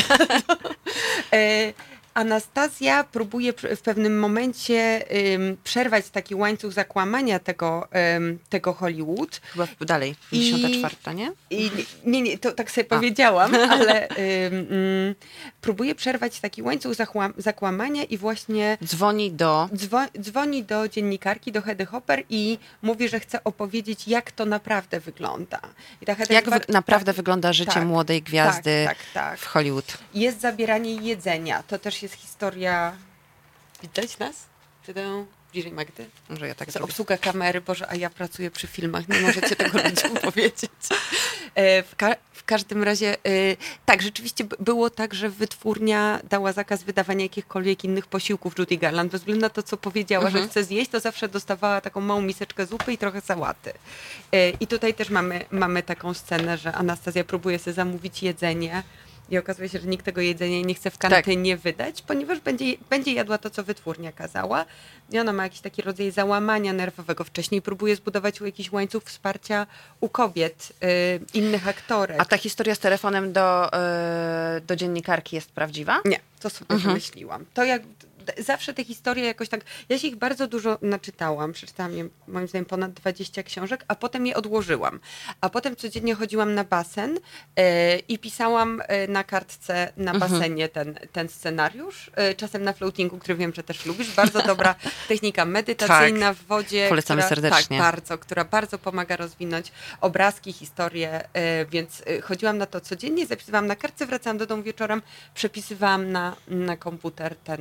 Anastazja próbuje w pewnym momencie przerwać taki łańcuch zakłamania tego Hollywood. Chyba dalej, 54, nie? Nie, to tak sobie powiedziałam, ale próbuje przerwać taki łańcuch zakłamania i właśnie dzwoni do dziennikarki, do Hedy Hopper i mówi, że chce opowiedzieć, jak to naprawdę wygląda. I ta jak naprawdę wygląda życie młodej gwiazdy w Hollywood. Jest zabieranie jedzenia. To też jest historia... Widać nas? Bliżej Magdy? Może ja tak zrobię. Obsługa kamery, Boże, a ja pracuję przy filmach, nie możecie tego ludziom powiedzieć. W każdym razie, tak, rzeczywiście było tak, że wytwórnia dała zakaz wydawania jakichkolwiek innych posiłków Judy Garland. Bez względu na to, co powiedziała, że chce zjeść, to zawsze dostawała taką małą miseczkę zupy i trochę sałaty. I tutaj też mamy taką scenę, że Anastazja próbuje sobie zamówić jedzenie, i okazuje się, że nikt tego jedzenia nie chce w kantynie wydać, ponieważ będzie jadła to, co wytwórnia kazała. I ona ma jakiś taki rodzaj załamania nerwowego. Wcześniej próbuje zbudować jakiś łańcuch wsparcia u kobiet, innych aktorek. A ta historia z telefonem do dziennikarki jest prawdziwa? Nie, to sobie wymyśliłam. To jak zawsze te historie jakoś tak... Ja się ich bardzo dużo naczytałam. Przeczytałam je, moim zdaniem, ponad 20 książek, a potem je odłożyłam. A potem codziennie chodziłam na basen i pisałam na kartce na basenie ten scenariusz. Czasem na floatingu, który wiem, że też lubisz. Bardzo dobra technika medytacyjna w wodzie. Polecamy serdecznie. Która bardzo pomaga rozwinąć obrazki, historie. Więc chodziłam na to codziennie, zapisywałam na kartce, wracałam do domu wieczorem, przepisywałam na komputer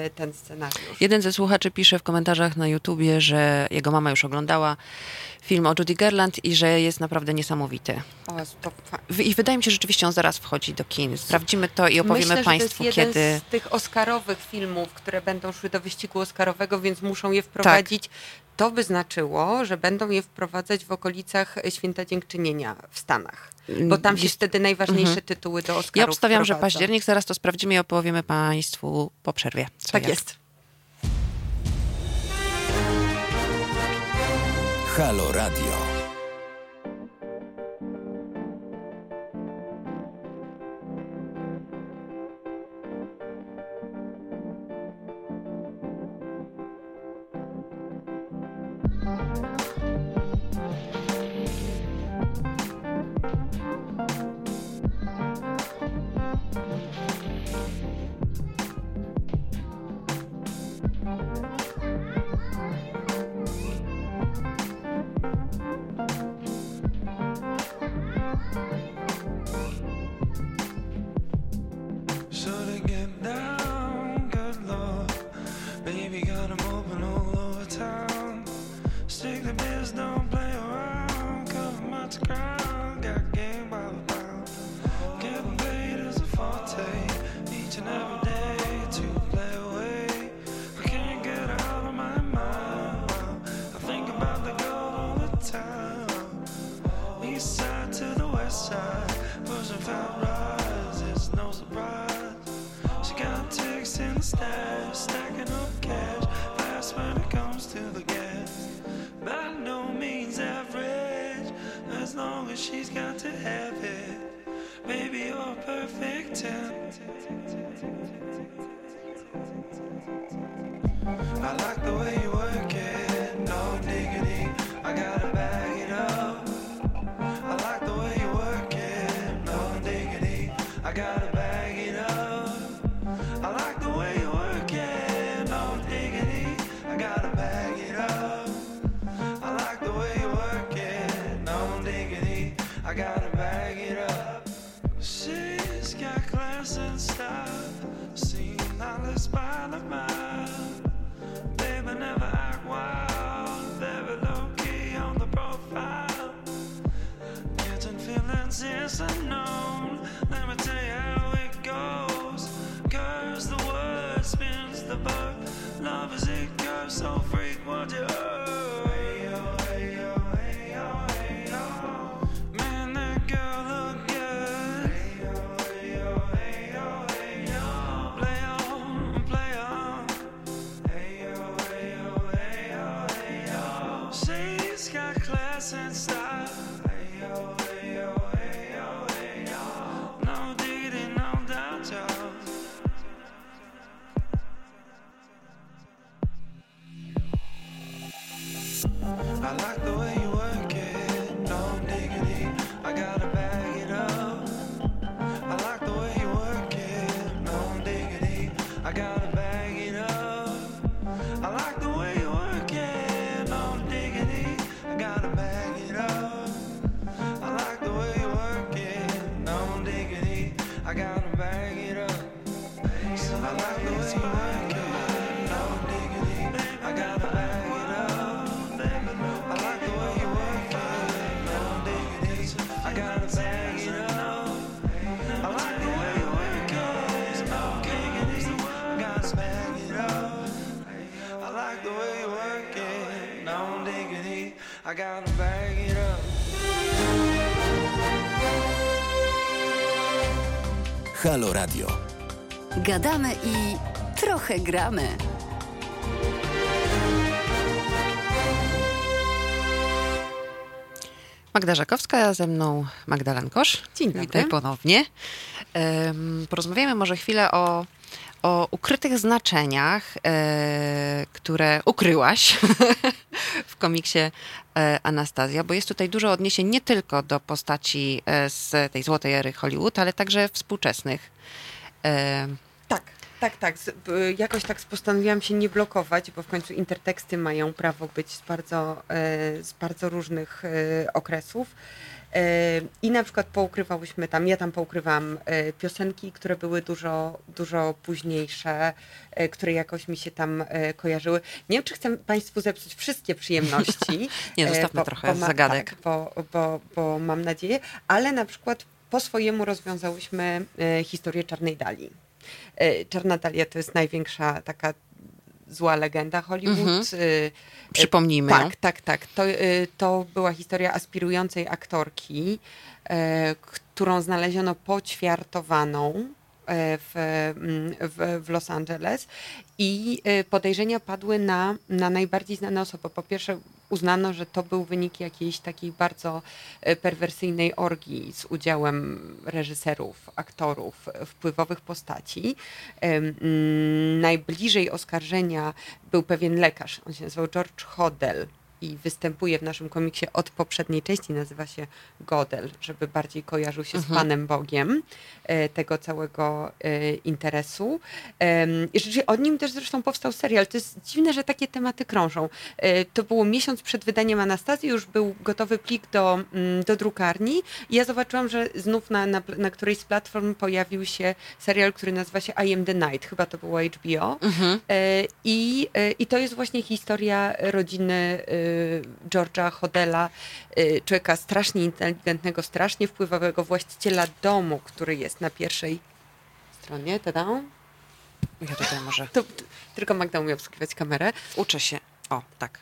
ten scenariusz. Jeden ze słuchaczy pisze w komentarzach na YouTubie, że jego mama już oglądała film o Judy Garland i że jest naprawdę niesamowity. I wydaje mi się, że rzeczywiście on zaraz wchodzi do kin. Sprawdzimy to i opowiemy Myślę, Państwu, że to jest kiedy... jeden z tych oscarowych filmów, które będą szły do wyścigu oscarowego, więc muszą je wprowadzić. Tak. To by znaczyło, że będą je wprowadzać w okolicach Święta Dziękczynienia w Stanach. Bo tam się wtedy najważniejsze tytuły do Oscarów Ja obstawiam, wprowadzą. że październik, zaraz to sprawdzimy i opowiemy Państwu po przerwie. Tak jest. Halo Radio. Halo Radio. Gadamy i trochę gramy. Magda Żakowska, ze mną Magda Lankosz. Dzień dobry. Witaj ponownie. Porozmawiajmy może chwilę o ukrytych znaczeniach, które ukryłaś w komiksie Anastazja, bo jest tutaj dużo odniesień nie tylko do postaci z tej złotej ery Hollywood, ale także współczesnych. Tak. Jakoś tak postanowiłam się nie blokować, bo w końcu interteksty mają prawo być z bardzo różnych okresów. I na przykład poukrywałyśmy tam, ja tam poukrywałam piosenki, które były dużo późniejsze, które jakoś mi się tam kojarzyły. Nie wiem, czy chcę Państwu zepsuć wszystkie przyjemności. Nie, zostawmy trochę zagadek. Tak, bo mam nadzieję, ale na przykład po swojemu rozwiązałyśmy historię Czarnej Dali. Czarna Dalia to jest największa taka zła legenda Hollywood. Przypomnijmy ją. Tak. To była historia aspirującej aktorki, którą znaleziono poćwiartowaną w Los Angeles i podejrzenia padły na najbardziej znane osoby. Po pierwsze uznano, że to był wynik jakiejś takiej bardzo perwersyjnej orgii z udziałem reżyserów, aktorów, wpływowych postaci. Najbliżej oskarżenia był pewien lekarz, on się nazywał George Hodel i występuje w naszym komiksie od poprzedniej części, nazywa się Godel, żeby bardziej kojarzył się z Panem Bogiem tego całego interesu. I rzeczywiście o nim też zresztą powstał serial. To jest dziwne, że takie tematy krążą. To było miesiąc przed wydaniem Anastazji, już był gotowy plik do drukarni i ja zobaczyłam, że znów na którejś z platform pojawił się serial, który nazywa się I Am The Night, chyba to było HBO. I to jest właśnie historia rodziny George'a Hodela, człowieka strasznie inteligentnego, strasznie wpływowego, właściciela domu, który jest na pierwszej stronie. Tada. Ja tutaj może. Tylko Magda umie obsługiwać kamerę. Uczę się. O, tak.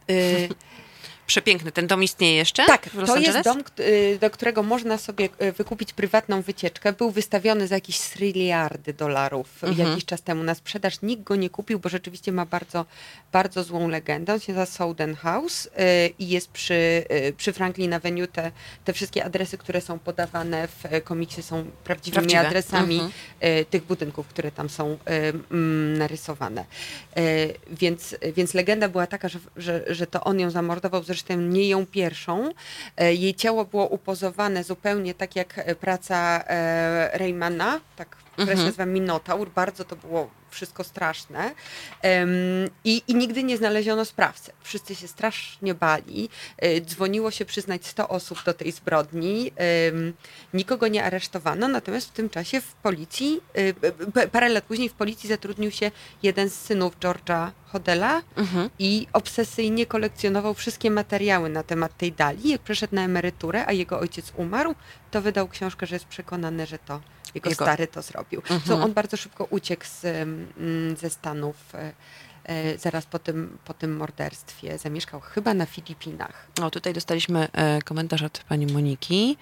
Przepiękny. Ten dom istnieje jeszcze? Tak, w Los to Angeles? jest dom, do którego można sobie wykupić prywatną wycieczkę. Był wystawiony za jakieś $3 miliardy jakiś czas temu na sprzedaż. Nikt go nie kupił, bo rzeczywiście ma bardzo, bardzo złą legendę. On się nazywa Soden House i jest przy Franklin Avenue. Te wszystkie adresy, które są podawane w komiksie, są prawdziwymi adresami tych budynków, które tam są narysowane. Więc legenda była taka, że to on ją zamordował, zresztą nie ją pierwszą. Jej ciało było upozowane zupełnie tak jak praca Raymana, która się nazywa Minotaur. Bardzo to było wszystko straszne. I nigdy nie znaleziono sprawcy. Wszyscy się strasznie bali. Dzwoniło się przyznać 100 osób do tej zbrodni. Nikogo nie aresztowano, natomiast w tym czasie w policji, parę lat później w policji zatrudnił się jeden z synów George'a Hodela i obsesyjnie kolekcjonował wszystkie materiały na temat tej Dali. Jak przeszedł na emeryturę, a jego ojciec umarł, to wydał książkę, że jest przekonany, że to jego stary to zrobił. On bardzo szybko uciekł ze Stanów zaraz po tym morderstwie. Zamieszkał chyba na Filipinach. O, tutaj dostaliśmy komentarz od pani Moniki.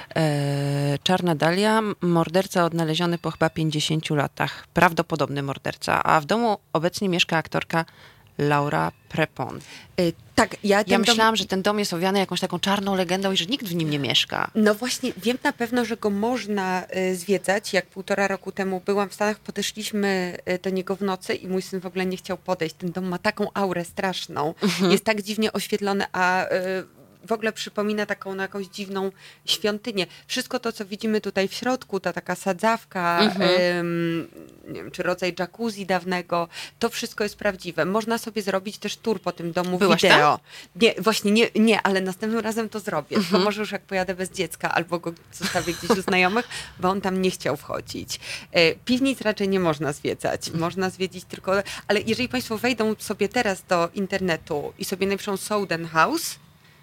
Czarna Dalia, morderca odnaleziony po chyba 50 latach. Prawdopodobny morderca. A w domu obecnie mieszka aktorka Laura Prepon. Tak, ja myślałam, że ten dom jest owiany jakąś taką czarną legendą i że nikt w nim nie mieszka. No właśnie, wiem na pewno, że go można zwiedzać. Jak 1,5 roku temu byłam w Stanach, podeszliśmy do niego w nocy i mój syn w ogóle nie chciał podejść. Ten dom ma taką aurę straszną. Jest tak dziwnie oświetlony, a w ogóle przypomina taką jakąś dziwną świątynię. Wszystko to, co widzimy tutaj w środku, ta taka sadzawka, nie wiem, czy rodzaj jacuzzi dawnego, to wszystko jest prawdziwe. Można sobie zrobić też tour po tym domu wideo. Nie, właśnie nie, ale następnym razem to zrobię. Tylko może już jak pojadę bez dziecka, albo go zostawię gdzieś u znajomych, bo on tam nie chciał wchodzić. Piwnic raczej nie można zwiedzać. Można zwiedzić tylko... Ale jeżeli Państwo wejdą sobie teraz do internetu i sobie napiszą Soden House,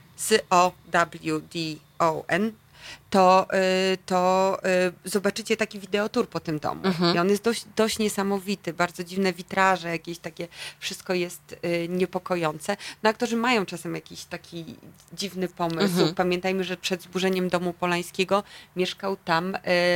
Cowdon, to zobaczycie taki wideotur po tym domu. I on jest dość niesamowity, bardzo dziwne witraże, jakieś takie, wszystko jest niepokojące. No aktorzy mają czasem jakiś taki dziwny pomysł. Pamiętajmy, że przed zburzeniem domu Polańskiego mieszkał tam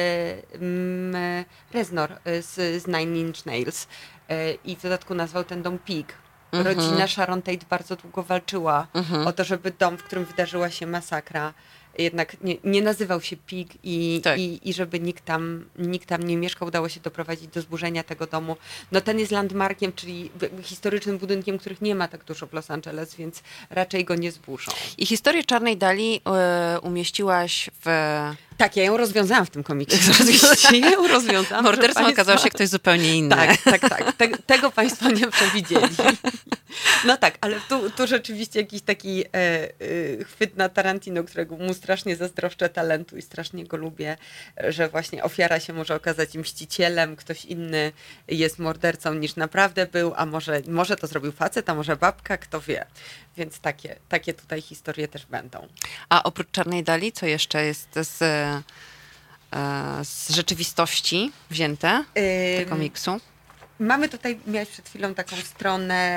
Reznor z Nine Inch Nails i w dodatku nazwał ten dom Pig. Rodzina Sharon Tate bardzo długo walczyła o to, żeby dom, w którym wydarzyła się masakra, jednak nie nazywał się Pig i żeby nikt tam nie mieszkał. Udało się doprowadzić do zburzenia tego domu. No ten jest landmarkiem, czyli historycznym budynkiem, których nie ma tak dużo w Los Angeles, więc raczej go nie zburzą. I historię Czarnej Dali umieściłaś w... Tak, ja ją rozwiązałam w tym komiksie. Ja ją rozwiązałam. Mordercą okazał się ktoś zupełnie inny. Tak. Tego Państwo nie przewidzieli. No tak, ale tu rzeczywiście jakiś taki chwyt na Tarantino, którego mu strasznie zazdroszczę talentu i strasznie go lubię, że właśnie ofiara się może okazać mścicielem, ktoś inny jest mordercą niż naprawdę był, a może to zrobił facet, a może babka, kto wie. Więc takie tutaj historie też będą. A oprócz Czarnej Dali, co jeszcze jest z rzeczywistości wzięte do komiksu? Mamy tutaj, miałeś przed chwilą taką stronę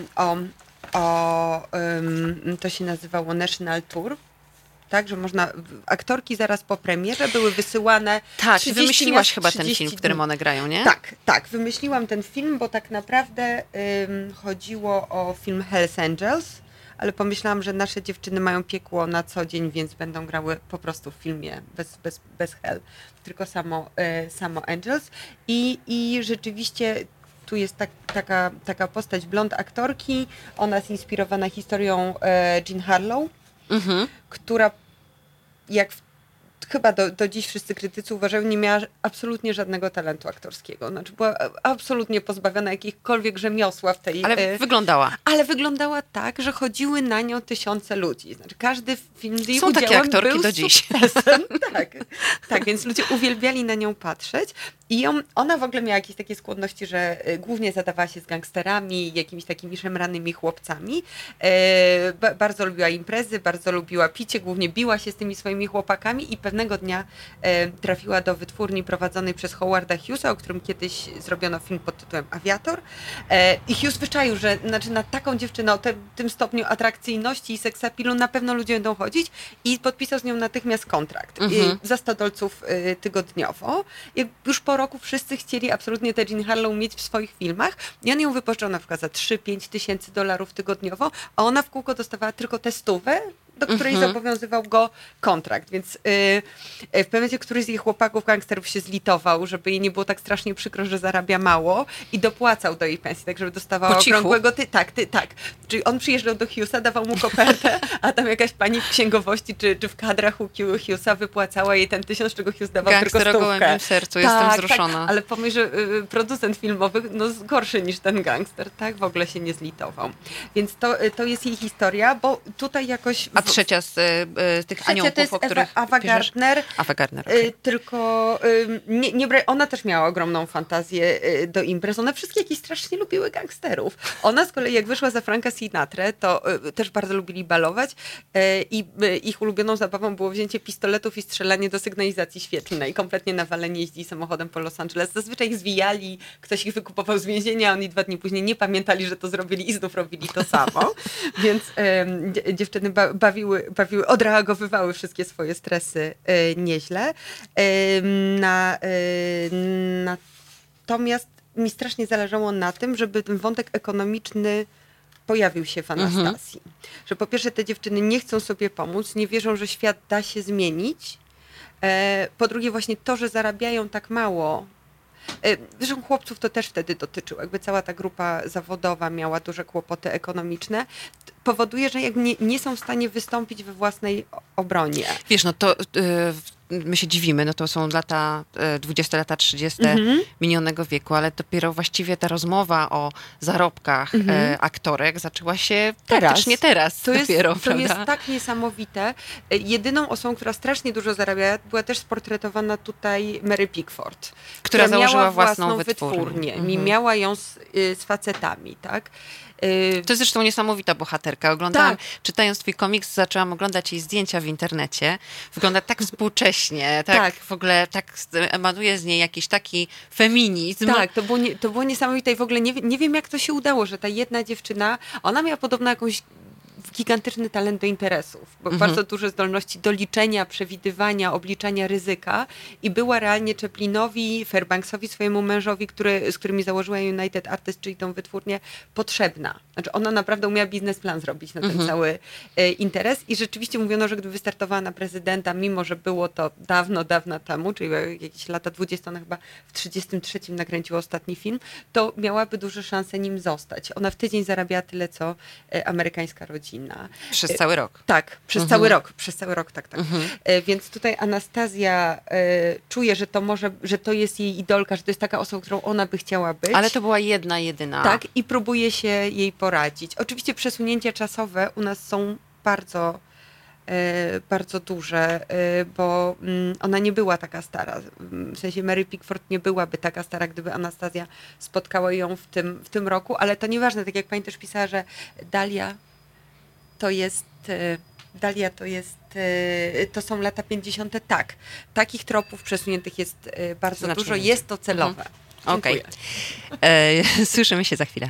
to się nazywało National Tour. Tak, że można, aktorki zaraz po premierze były wysyłane. Tak, wymyśliłaś chyba ten film, w którym one grają, nie? Tak, wymyśliłam ten film, bo tak naprawdę chodziło o film Hells Angels, ale pomyślałam, że nasze dziewczyny mają piekło na co dzień, więc będą grały po prostu w filmie bez Hell, tylko samo Angels. I rzeczywiście tu jest taka postać blond aktorki, ona jest inspirowana historią Jean Harlow, która chyba do dziś wszyscy krytycy uważają, nie miała absolutnie żadnego talentu aktorskiego. Znaczy była absolutnie pozbawiona jakichkolwiek rzemiosła w tej... Ale wyglądała tak, że chodziły na nią tysiące ludzi. Znaczy każdy film z jej Są takie aktorki był do dziś. Tak, więc ludzie uwielbiali na nią patrzeć. I ona w ogóle miała jakieś takie skłonności, że głównie zadawała się z gangsterami, jakimiś takimi szemranymi chłopcami. Bardzo lubiła imprezy, bardzo lubiła picie, głównie biła się z tymi swoimi chłopakami i pewnego dnia trafiła do wytwórni prowadzonej przez Howarda Hughesa, o którym kiedyś zrobiono film pod tytułem Aviator. I Hughes wyczaił, że na taką dziewczynę o tym stopniu atrakcyjności i seksapilu na pewno ludzie będą chodzić i podpisał z nią natychmiast kontrakt za $100 tygodniowo. I już po roku wszyscy chcieli absolutnie tę Jean Harlow mieć w swoich filmach i on ją wypożyczył na przykład za $3-5 tysięcy tygodniowo, a ona w kółko dostawała tylko tę 100, do której zobowiązywał go kontrakt. Więc w pewnym momencie któryś z jej chłopaków gangsterów się zlitował, żeby jej nie było tak strasznie przykro, że zarabia mało i dopłacał do jej pensji, tak żeby dostawała okrągłego tak. Czyli on przyjeżdżał do Hughesa, dawał mu kopertę, a tam jakaś pani w księgowości czy w kadrach u Hughesa wypłacała jej ten 1000, czego Hughes dawał tylko 100. Gołębim sercu, jestem wzruszona. Tak, ale pomyśl, że producent filmowy gorszy niż ten gangster, tak? W ogóle się nie zlitował. Więc to jest jej historia, bo tutaj jakoś... A trzecia z tych aniołów, o których Ava Gardner. Ava Gardner, okay. Tylko ona też miała ogromną fantazję do imprez. One wszystkie jakieś strasznie lubiły gangsterów. Ona z kolei jak wyszła za Franka Sinatrę, to też bardzo lubili balować i ich ulubioną zabawą było wzięcie pistoletów i strzelanie do sygnalizacji świetlnej. Kompletnie nawalenie jeździli samochodem po Los Angeles. Zazwyczaj ich zwijali, ktoś ich wykupował z więzienia, oni 2 dni później nie pamiętali, że to zrobili i znów robili to samo. Więc dziewczyny odreagowywały wszystkie swoje stresy nieźle. Natomiast mi strasznie zależało na tym, żeby ten wątek ekonomiczny pojawił się w Anastazji. Że po pierwsze te dziewczyny nie chcą sobie pomóc, nie wierzą, że świat da się zmienić. Po drugie właśnie to, że zarabiają tak mało. Zresztą chłopców to też wtedy dotyczyło. Jakby cała ta grupa zawodowa miała duże kłopoty ekonomiczne. Powoduje, że jakby nie są w stanie wystąpić we własnej obronie. Wiesz, no to my się dziwimy, no to są lata 20, lata 30 minionego wieku, ale dopiero właściwie ta rozmowa o zarobkach aktorek zaczęła się praktycznie teraz dopiero, to jest tak niesamowite. Jedyną osobą, która strasznie dużo zarabia, była też sportretowana tutaj Mary Pickford, która założyła miała własną wytwórnię. Miała ją z facetami, tak? To jest zresztą niesamowita bohaterka. Czytając twój komiks, zaczęłam oglądać jej zdjęcia w internecie. Wygląda tak współcześnie, w ogóle tak emanuje z niej jakiś taki feminizm. Tak, to było niesamowite i w ogóle nie wiem, jak to się udało, że ta jedna dziewczyna, ona miała podobno jakąś gigantyczny talent do interesów, bo bardzo duże zdolności do liczenia, przewidywania, obliczania ryzyka i była realnie Chaplinowi, Fairbanksowi, swojemu mężowi, z którymi założyła United Artists, czyli tą wytwórnię, potrzebna. Znaczy ona naprawdę umiała biznesplan zrobić na ten cały interes i rzeczywiście mówiono, że gdyby wystartowała na prezydenta, mimo że było to dawno temu, czyli jakieś lata 20, ona chyba w 33 nakręciła ostatni film, to miałaby duże szanse nim zostać. Ona w tydzień zarabiała tyle, co amerykańska rodzina. kina. Przez cały rok. Tak, przez cały rok, tak. Więc tutaj Anastazja czuje, że to jest jej idolka, że to jest taka osoba, którą ona by chciała być. Ale to była jedyna. Tak, i próbuje się jej poradzić. Oczywiście przesunięcia czasowe u nas są bardzo duże, bo ona nie była taka stara. W sensie Mary Pickford nie byłaby taka stara, gdyby Anastazja spotkała ją w tym roku, ale to nieważne, tak jak pani też pisała, że Dalia to są lata 50. Tak, takich tropów przesuniętych jest bardzo dużo, jest to celowe. Okej. Słyszymy się za chwilę.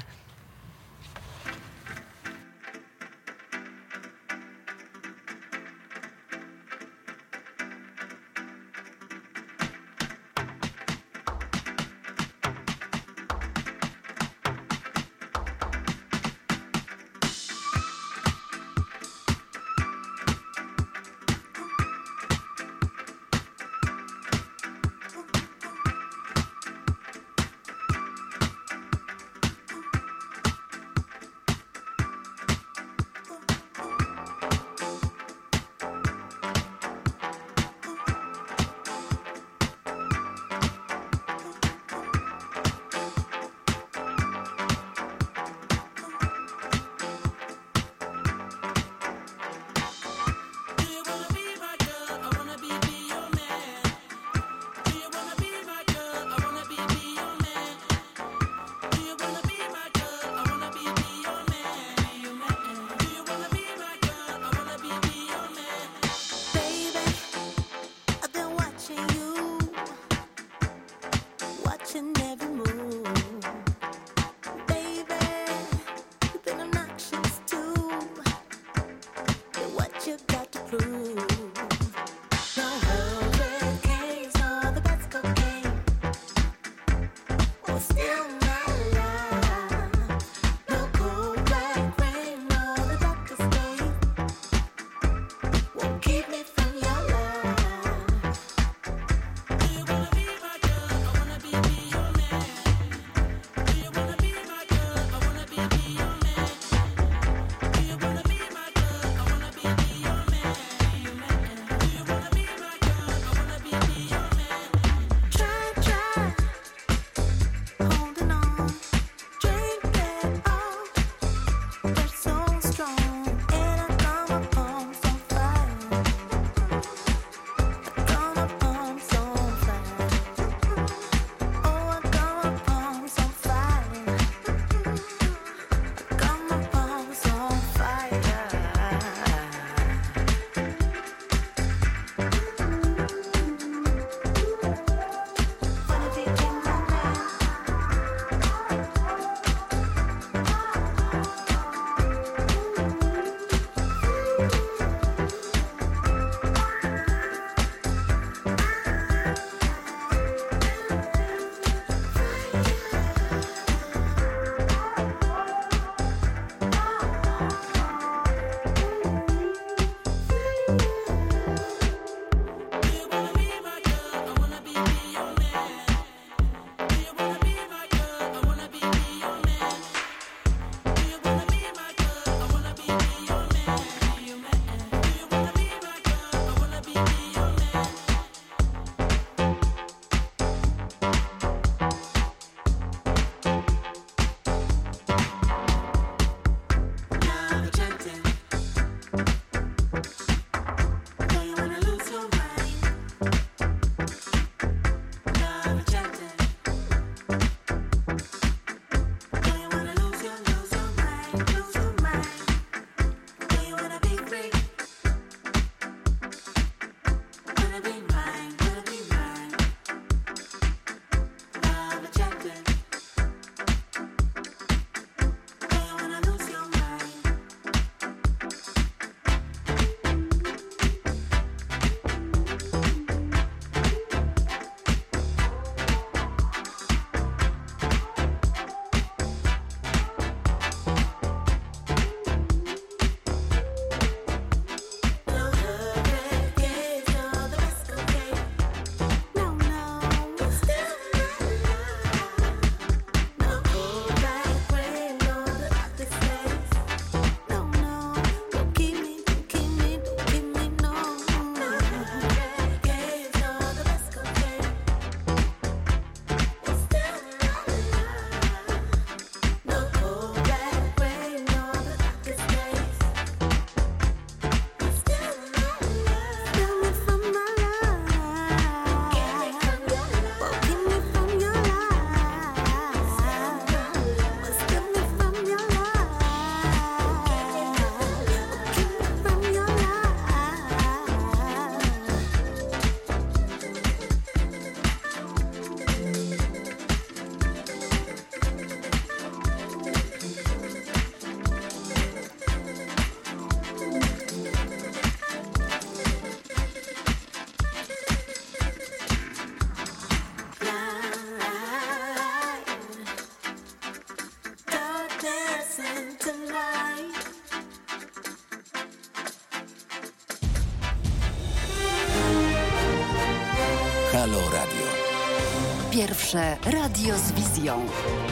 Halo Radio. Pierwsze radio z wizją.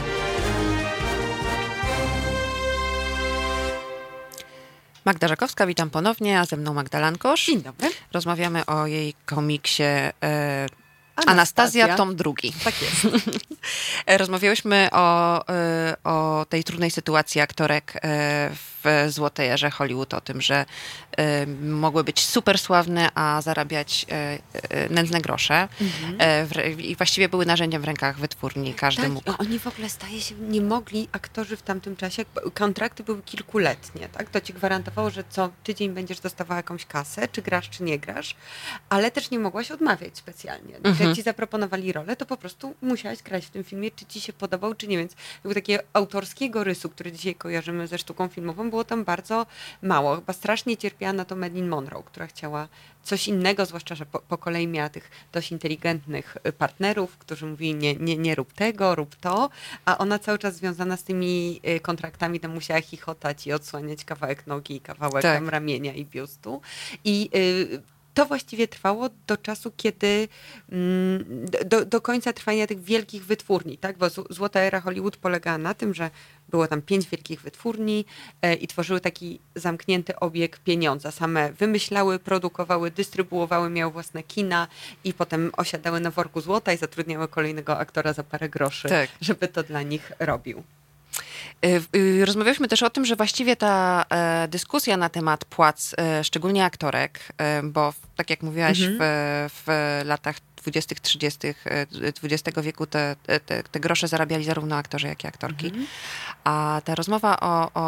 Magda Żakowska, witam ponownie, a ze mną Magda Lankosz. Dzień dobry. Rozmawiamy o jej komiksie Anastazja, tom 2. Tak jest. Rozmawiałyśmy o tej trudnej sytuacji aktorek w złotej erze Hollywood, o tym, że mogły być super sławne, a zarabiać nędzne grosze. I właściwie były narzędziem w rękach wytwórni. Każdy mógł. Oni w ogóle nie mogli, aktorzy w tamtym czasie, kontrakty były kilkuletnie, tak? To ci gwarantowało, że co tydzień będziesz dostawała jakąś kasę, czy grasz, czy nie grasz, ale też nie mogłaś odmawiać specjalnie. Jak ci zaproponowali rolę, to po prostu musiałaś grać w tym filmie, czy ci się podobał, czy nie. Więc jakby takiego autorskiego rysu, który dzisiaj kojarzymy ze sztuką filmową, było tam bardzo mało. Chyba strasznie cierpiała na to Marilyn Monroe, która chciała coś innego, zwłaszcza, że po kolei miała tych dość inteligentnych partnerów, którzy mówili nie rób tego, rób to, a ona cały czas związana z tymi kontraktami tam musiała chichotać i odsłaniać kawałek nogi i kawałek tam ramienia i biustu. I to właściwie trwało do czasu, kiedy do końca trwania tych wielkich wytwórni, tak? Bo złota era Hollywood polegała na tym, że było tam 5 wielkich wytwórni i tworzyły taki zamknięty obieg pieniądza. Same wymyślały, produkowały, dystrybuowały, miały własne kina i potem osiadały na worku złota i zatrudniały kolejnego aktora za parę groszy, żeby to dla nich robił. Rozmawialiśmy też o tym, że właściwie ta dyskusja na temat płac, szczególnie aktorek, bo tak jak mówiłaś, w latach 20., 30. XX wieku te grosze zarabiali zarówno aktorzy, jak i aktorki. A ta rozmowa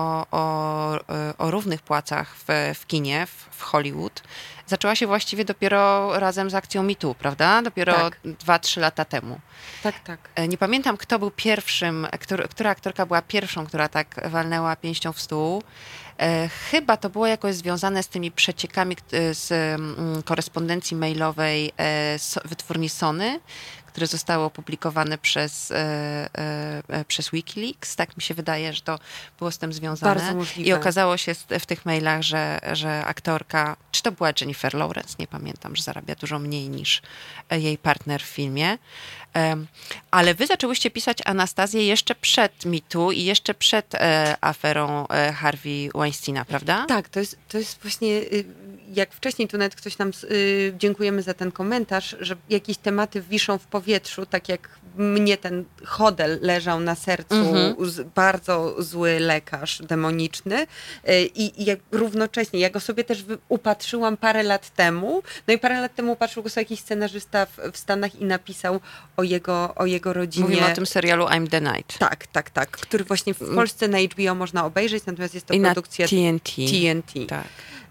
o równych płacach w kinie, w Hollywood, zaczęła się właściwie dopiero razem z akcją Me Too, prawda? Dopiero 2-3 lata temu. Tak. Nie pamiętam, kto był pierwszym, która aktorka była pierwszą, która tak walnęła pięścią w stół. Chyba to było jakoś związane z tymi przeciekami z korespondencji mailowej wytwórni Sony, które zostały opublikowane przez Wikileaks. Tak mi się wydaje, że to było z tym związane. Bardzo możliwe. I okazało się w tych mailach, że aktorka, czy to była Jennifer Lawrence, nie pamiętam, że zarabia dużo mniej niż jej partner w filmie. Ale wy zaczęłyście pisać Anastazję jeszcze przed Me Too i jeszcze przed aferą Harvey Weinsteina, prawda? Tak, to jest właśnie, jak wcześniej tu nawet ktoś nam, dziękujemy za ten komentarz, że jakieś tematy wiszą w powietrzu, tak jak mnie ten Hodel leżał na sercu, bardzo zły lekarz demoniczny i jak równocześnie, ja go sobie też upatrzyłam parę lat temu, no i parę lat temu upatrzył go sobie jakiś scenarzysta w Stanach i napisał o jego rodzinie. Mówimy o tym serialu I'm the Night. Tak, który właśnie w Polsce na HBO można obejrzeć, natomiast jest to i produkcja na TNT. Tak.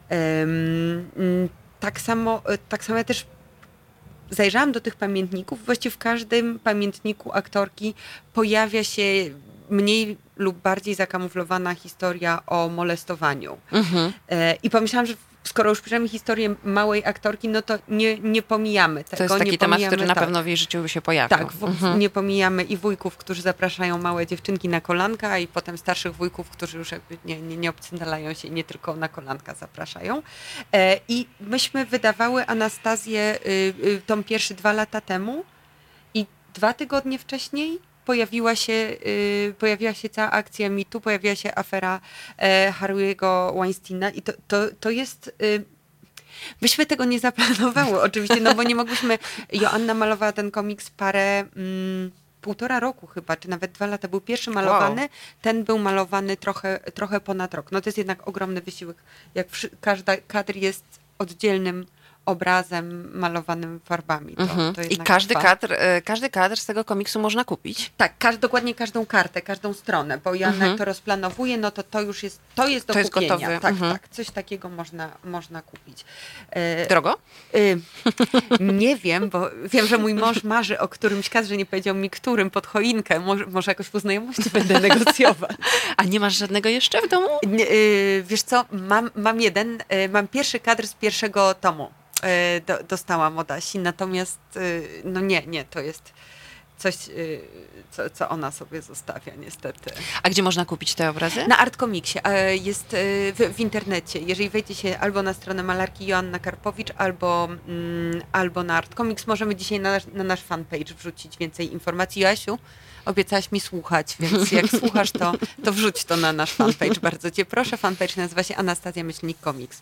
Tak samo ja też zajrzałam do tych pamiętników. Właściwie w każdym pamiętniku aktorki pojawia się mniej lub bardziej zakamuflowana historia o molestowaniu. I pomyślałam, że skoro już piszemy historię małej aktorki, no to nie pomijamy tego. To jest taki temat, który na pewno w jej życiu by się pojawił. Tak, nie pomijamy i wujków, którzy zapraszają małe dziewczynki na kolanka i potem starszych wujków, którzy już jakby nie obcyndalają się i nie tylko na kolanka zapraszają. I myśmy wydawały Anastazję tą pierwszy 2 lata temu i 2 tygodnie wcześniej pojawiła się cała akcja Me Too, pojawiła się afera Harvey'ego Weinsteina i to jest... Myśmy tego nie zaplanowały oczywiście, no bo nie mogłyśmy... Joanna malowała ten komiks półtora roku chyba, czy nawet 2 lata. Był pierwszy malowany, ten był malowany trochę ponad rok. No to jest jednak ogromny wysiłek, jak każdy kadr jest oddzielnym obrazem malowanym farbami. To I każdy kadr z tego komiksu można kupić? Tak, dokładnie każdą kartę, każdą stronę, bo Joanna jak to rozplanowuje, no to już jest, to jest do kupienia. Gotowy. Tak, coś takiego można kupić. Drogo? Nie wiem, bo wiem, że mój mąż marzy o którymś kadrze, nie powiedział mi którym, pod choinkę, może jakoś po znajomości będę negocjować. A nie masz żadnego jeszcze w domu? Wiesz co, mam pierwszy kadr z pierwszego tomu. Dostałam od Asi, natomiast no nie, to jest coś, co ona sobie zostawia niestety. A gdzie można kupić te obrazy? Na Art Comicsie. Jest w internecie. Jeżeli wejdzie się albo na stronę malarki Joanna Karpowicz, albo na Art Comics, możemy dzisiaj na nasz fanpage wrzucić więcej informacji. Joasiu, obiecałaś mi słuchać, więc jak słuchasz, to wrzuć to na nasz fanpage. Bardzo cię proszę. Fanpage nazywa się Anastazja Myślnik-Komiks.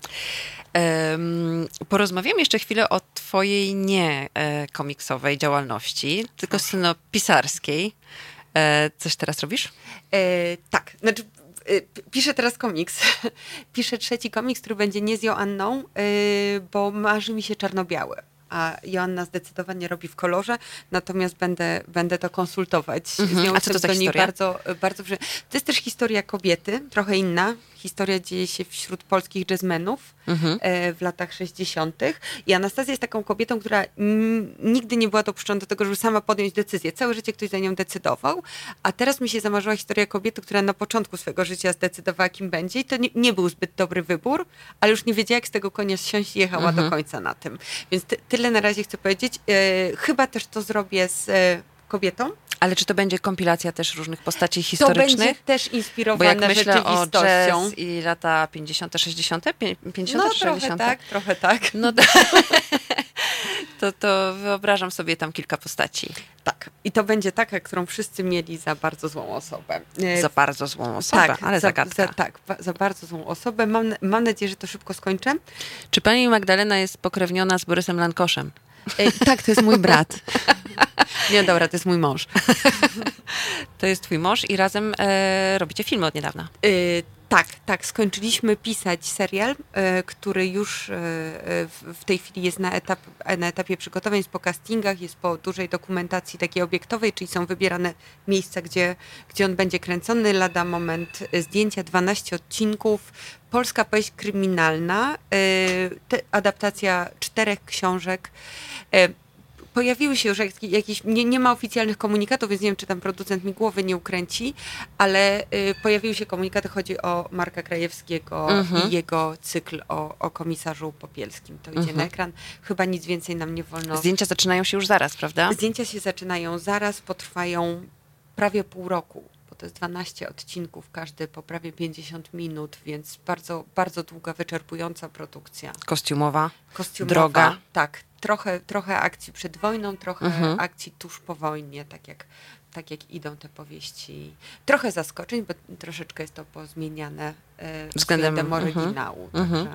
Porozmawiamy jeszcze chwilę o twojej nie komiksowej działalności, tylko scenopisarskiej. Coś teraz robisz? Tak, znaczy piszę teraz komiks. Piszę 3. komiks, który będzie nie z Joanną, bo marzy mi się czarno-biały. A Joanna zdecydowanie robi w kolorze, natomiast będę to konsultować z nią. A co to za historia? Bardzo. To jest też historia kobiety, trochę inna. Historia dzieje się wśród polskich jazzmenów w latach 60. I Anastazja jest taką kobietą, która nigdy nie była dopuszczona do tego, żeby sama podjąć decyzję. Całe życie ktoś za nią decydował, a teraz mi się zamarzyła historia kobiety, która na początku swojego życia zdecydowała, kim będzie i to nie był zbyt dobry wybór, ale już nie wiedziała, jak z tego konia zsiąść i jechała do końca na tym. Więc tyle na razie chcę powiedzieć. Chyba też to zrobię z kobietą. Ale czy to będzie kompilacja też różnych postaci historycznych? To będzie też inspirowane Bo jak myślę o rzeczywistością. jazz i lata 50., 60., 50., No 60. trochę tak. No to wyobrażam sobie tam kilka postaci. Tak. I to będzie taka, którą wszyscy mieli za bardzo złą osobę. Za bardzo złą osobę, tak, ale zagadka. Za bardzo złą osobę. Mam nadzieję, że to szybko skończę. Czy pani Magdalena jest pokrewniona z Borysem Lankoszem? Tak, to jest mój brat. Nie, dobra, to jest mój mąż. To jest twój mąż i razem robicie filmy od niedawna. Tak. Skończyliśmy pisać serial, który już w tej chwili jest na etapie przygotowań, jest po castingach, jest po dużej dokumentacji takiej obiektowej, czyli są wybierane miejsca, gdzie on będzie kręcony. Lada moment zdjęcia, 12 odcinków, polska powieść kryminalna, adaptacja 4 książek. Pojawiły się już jakieś, nie ma oficjalnych komunikatów, więc nie wiem, czy tam producent mi głowy nie ukręci, ale pojawiły się komunikaty, chodzi o Marka Krajewskiego i jego cykl o komisarzu Popielskim. To idzie na ekran. Chyba nic więcej nam nie wolno. Zdjęcia zaczynają się już zaraz, prawda? Zdjęcia się zaczynają zaraz, potrwają prawie pół roku. To jest 12 odcinków, każdy po prawie 50 minut, więc bardzo, bardzo długa, wyczerpująca produkcja. Kostiumowa, droga. Tak, trochę akcji przed wojną, trochę akcji tuż po wojnie, tak jak idą te powieści. Trochę zaskoczeń, bo troszeczkę jest to pozmieniane względem oryginału. Także.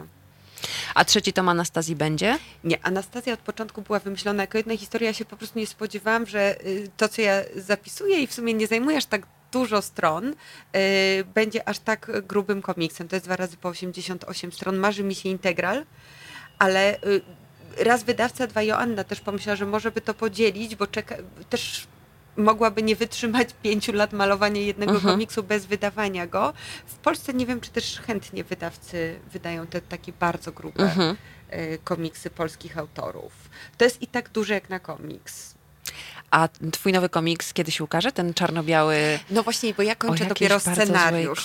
A 3. tom Anastazji będzie? Nie, Anastazja od początku była wymyślona jako jedna historia. Ja się po prostu nie spodziewałam, że to, co ja zapisuję i w sumie nie zajmuje aż tak dużo stron, będzie aż tak grubym komiksem. To jest 2 razy po 88 stron. Marzy mi się integral, ale raz wydawca, 2 Joanna też pomyślała, że może by to podzielić, bo też mogłaby nie wytrzymać 5 lat malowania jednego komiksu bez wydawania go. W Polsce nie wiem, czy też chętnie wydawcy wydają te takie bardzo grube komiksy polskich autorów. To jest i tak duże jak na komiks. A twój nowy komiks kiedy się ukaże? Ten czarno-biały? No właśnie, bo ja kończę dopiero scenariusz.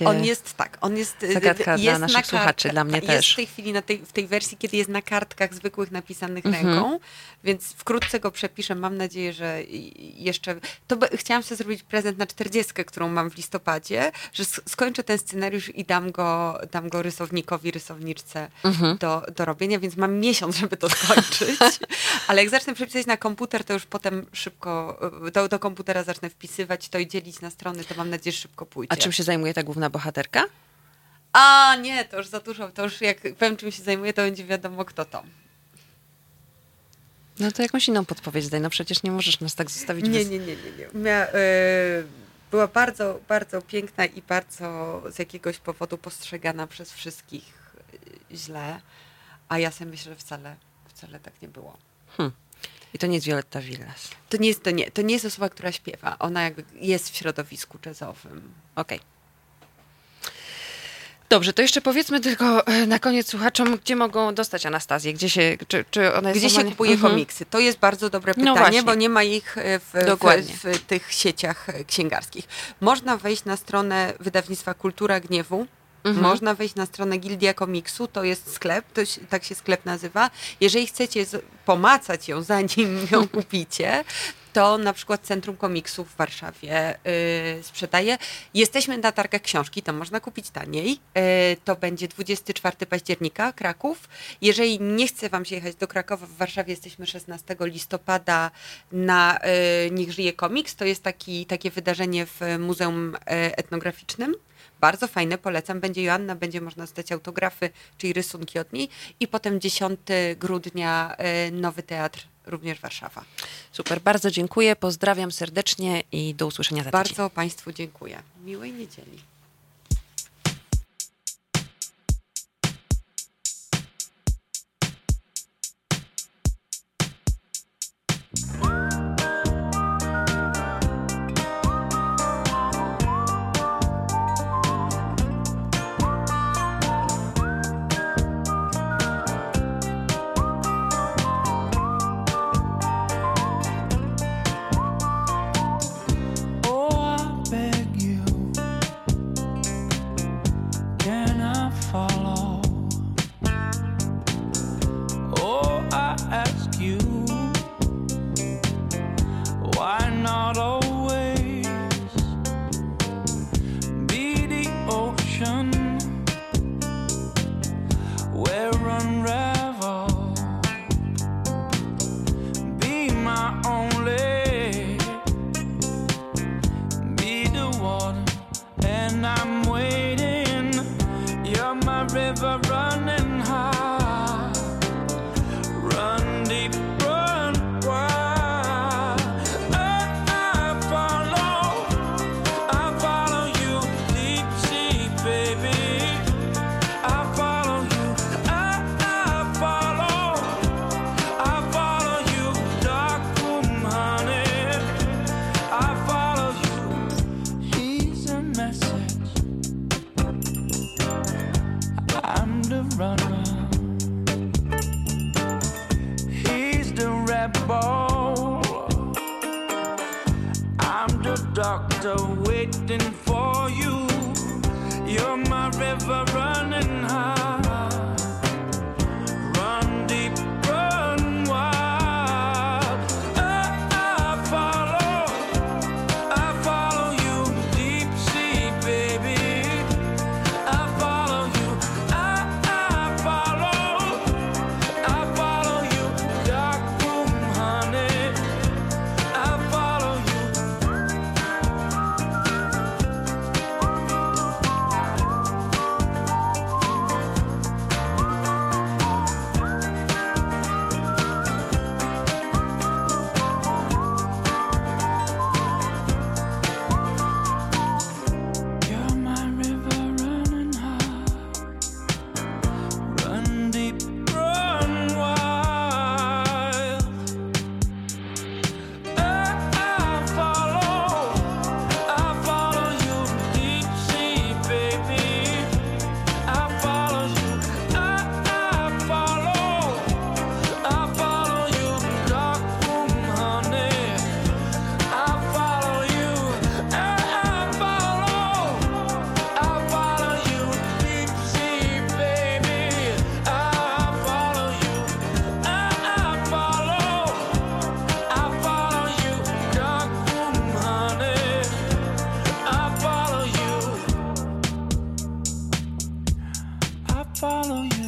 On jest zagadka dla naszych słuchaczy, dla mnie też. Jest w tej chwili w tej wersji, kiedy jest na kartkach zwykłych napisanych ręką, więc wkrótce go przepiszę. Mam nadzieję, że jeszcze... Chciałam sobie zrobić prezent na 40, którą mam w listopadzie, że skończę ten scenariusz i dam go rysownikowi, rysowniczce do robienia, więc mam miesiąc, żeby to skończyć. Ale jak zacznę przepisać na komputer, to już potem szybko do komputera zacznę wpisywać to i dzielić na strony, to mam nadzieję, że szybko pójdzie. A czym się zajmuje ta główna bohaterka? A nie, to już za dużo. To już jak powiem, czym się zajmuje, to będzie wiadomo, kto to. No to jakąś inną podpowiedź daj. No przecież nie możesz nas tak zostawić Nie. Była bardzo, bardzo piękna i bardzo z jakiegoś powodu postrzegana przez wszystkich źle, a ja sobie myślę, że wcale tak nie było. I to nie jest Violetta Villas. To nie jest osoba, która śpiewa. Ona jakby jest w środowisku jazzowym. Okej. Dobrze, to jeszcze powiedzmy tylko na koniec słuchaczom, gdzie mogą dostać Anastazję? Czy ona jest gdzie się kupuje komiksy? To jest bardzo dobre pytanie, bo nie ma ich w tych sieciach księgarskich. Można wejść na stronę wydawnictwa Kultura Gniewu. Można wejść na stronę Gildia Komiksu, to jest sklep, tak się sklep nazywa. Jeżeli chcecie pomacać ją, zanim ją kupicie, to na przykład Centrum Komiksu w Warszawie sprzedaje. Jesteśmy na targach książki, tam można kupić taniej. To będzie 24 października, Kraków. Jeżeli nie chce wam się jechać do Krakowa, w Warszawie jesteśmy 16 listopada na Niech żyje komiks. To jest takie wydarzenie w Muzeum Etnograficznym. Bardzo fajne, polecam. Będzie Joanna, będzie można dostać autografy, czyli rysunki od niej. I potem 10 grudnia Nowy Teatr, również Warszawa. Super, bardzo dziękuję, pozdrawiam serdecznie i do usłyszenia za tydzień. Bardzo Państwu dziękuję. Miłej niedzieli. Doctor waiting for you. You're my river running high. Run deep, run wide. I follow you, deep sea, baby. I follow you. I follow you, dark room, honey. I follow you. Follow you.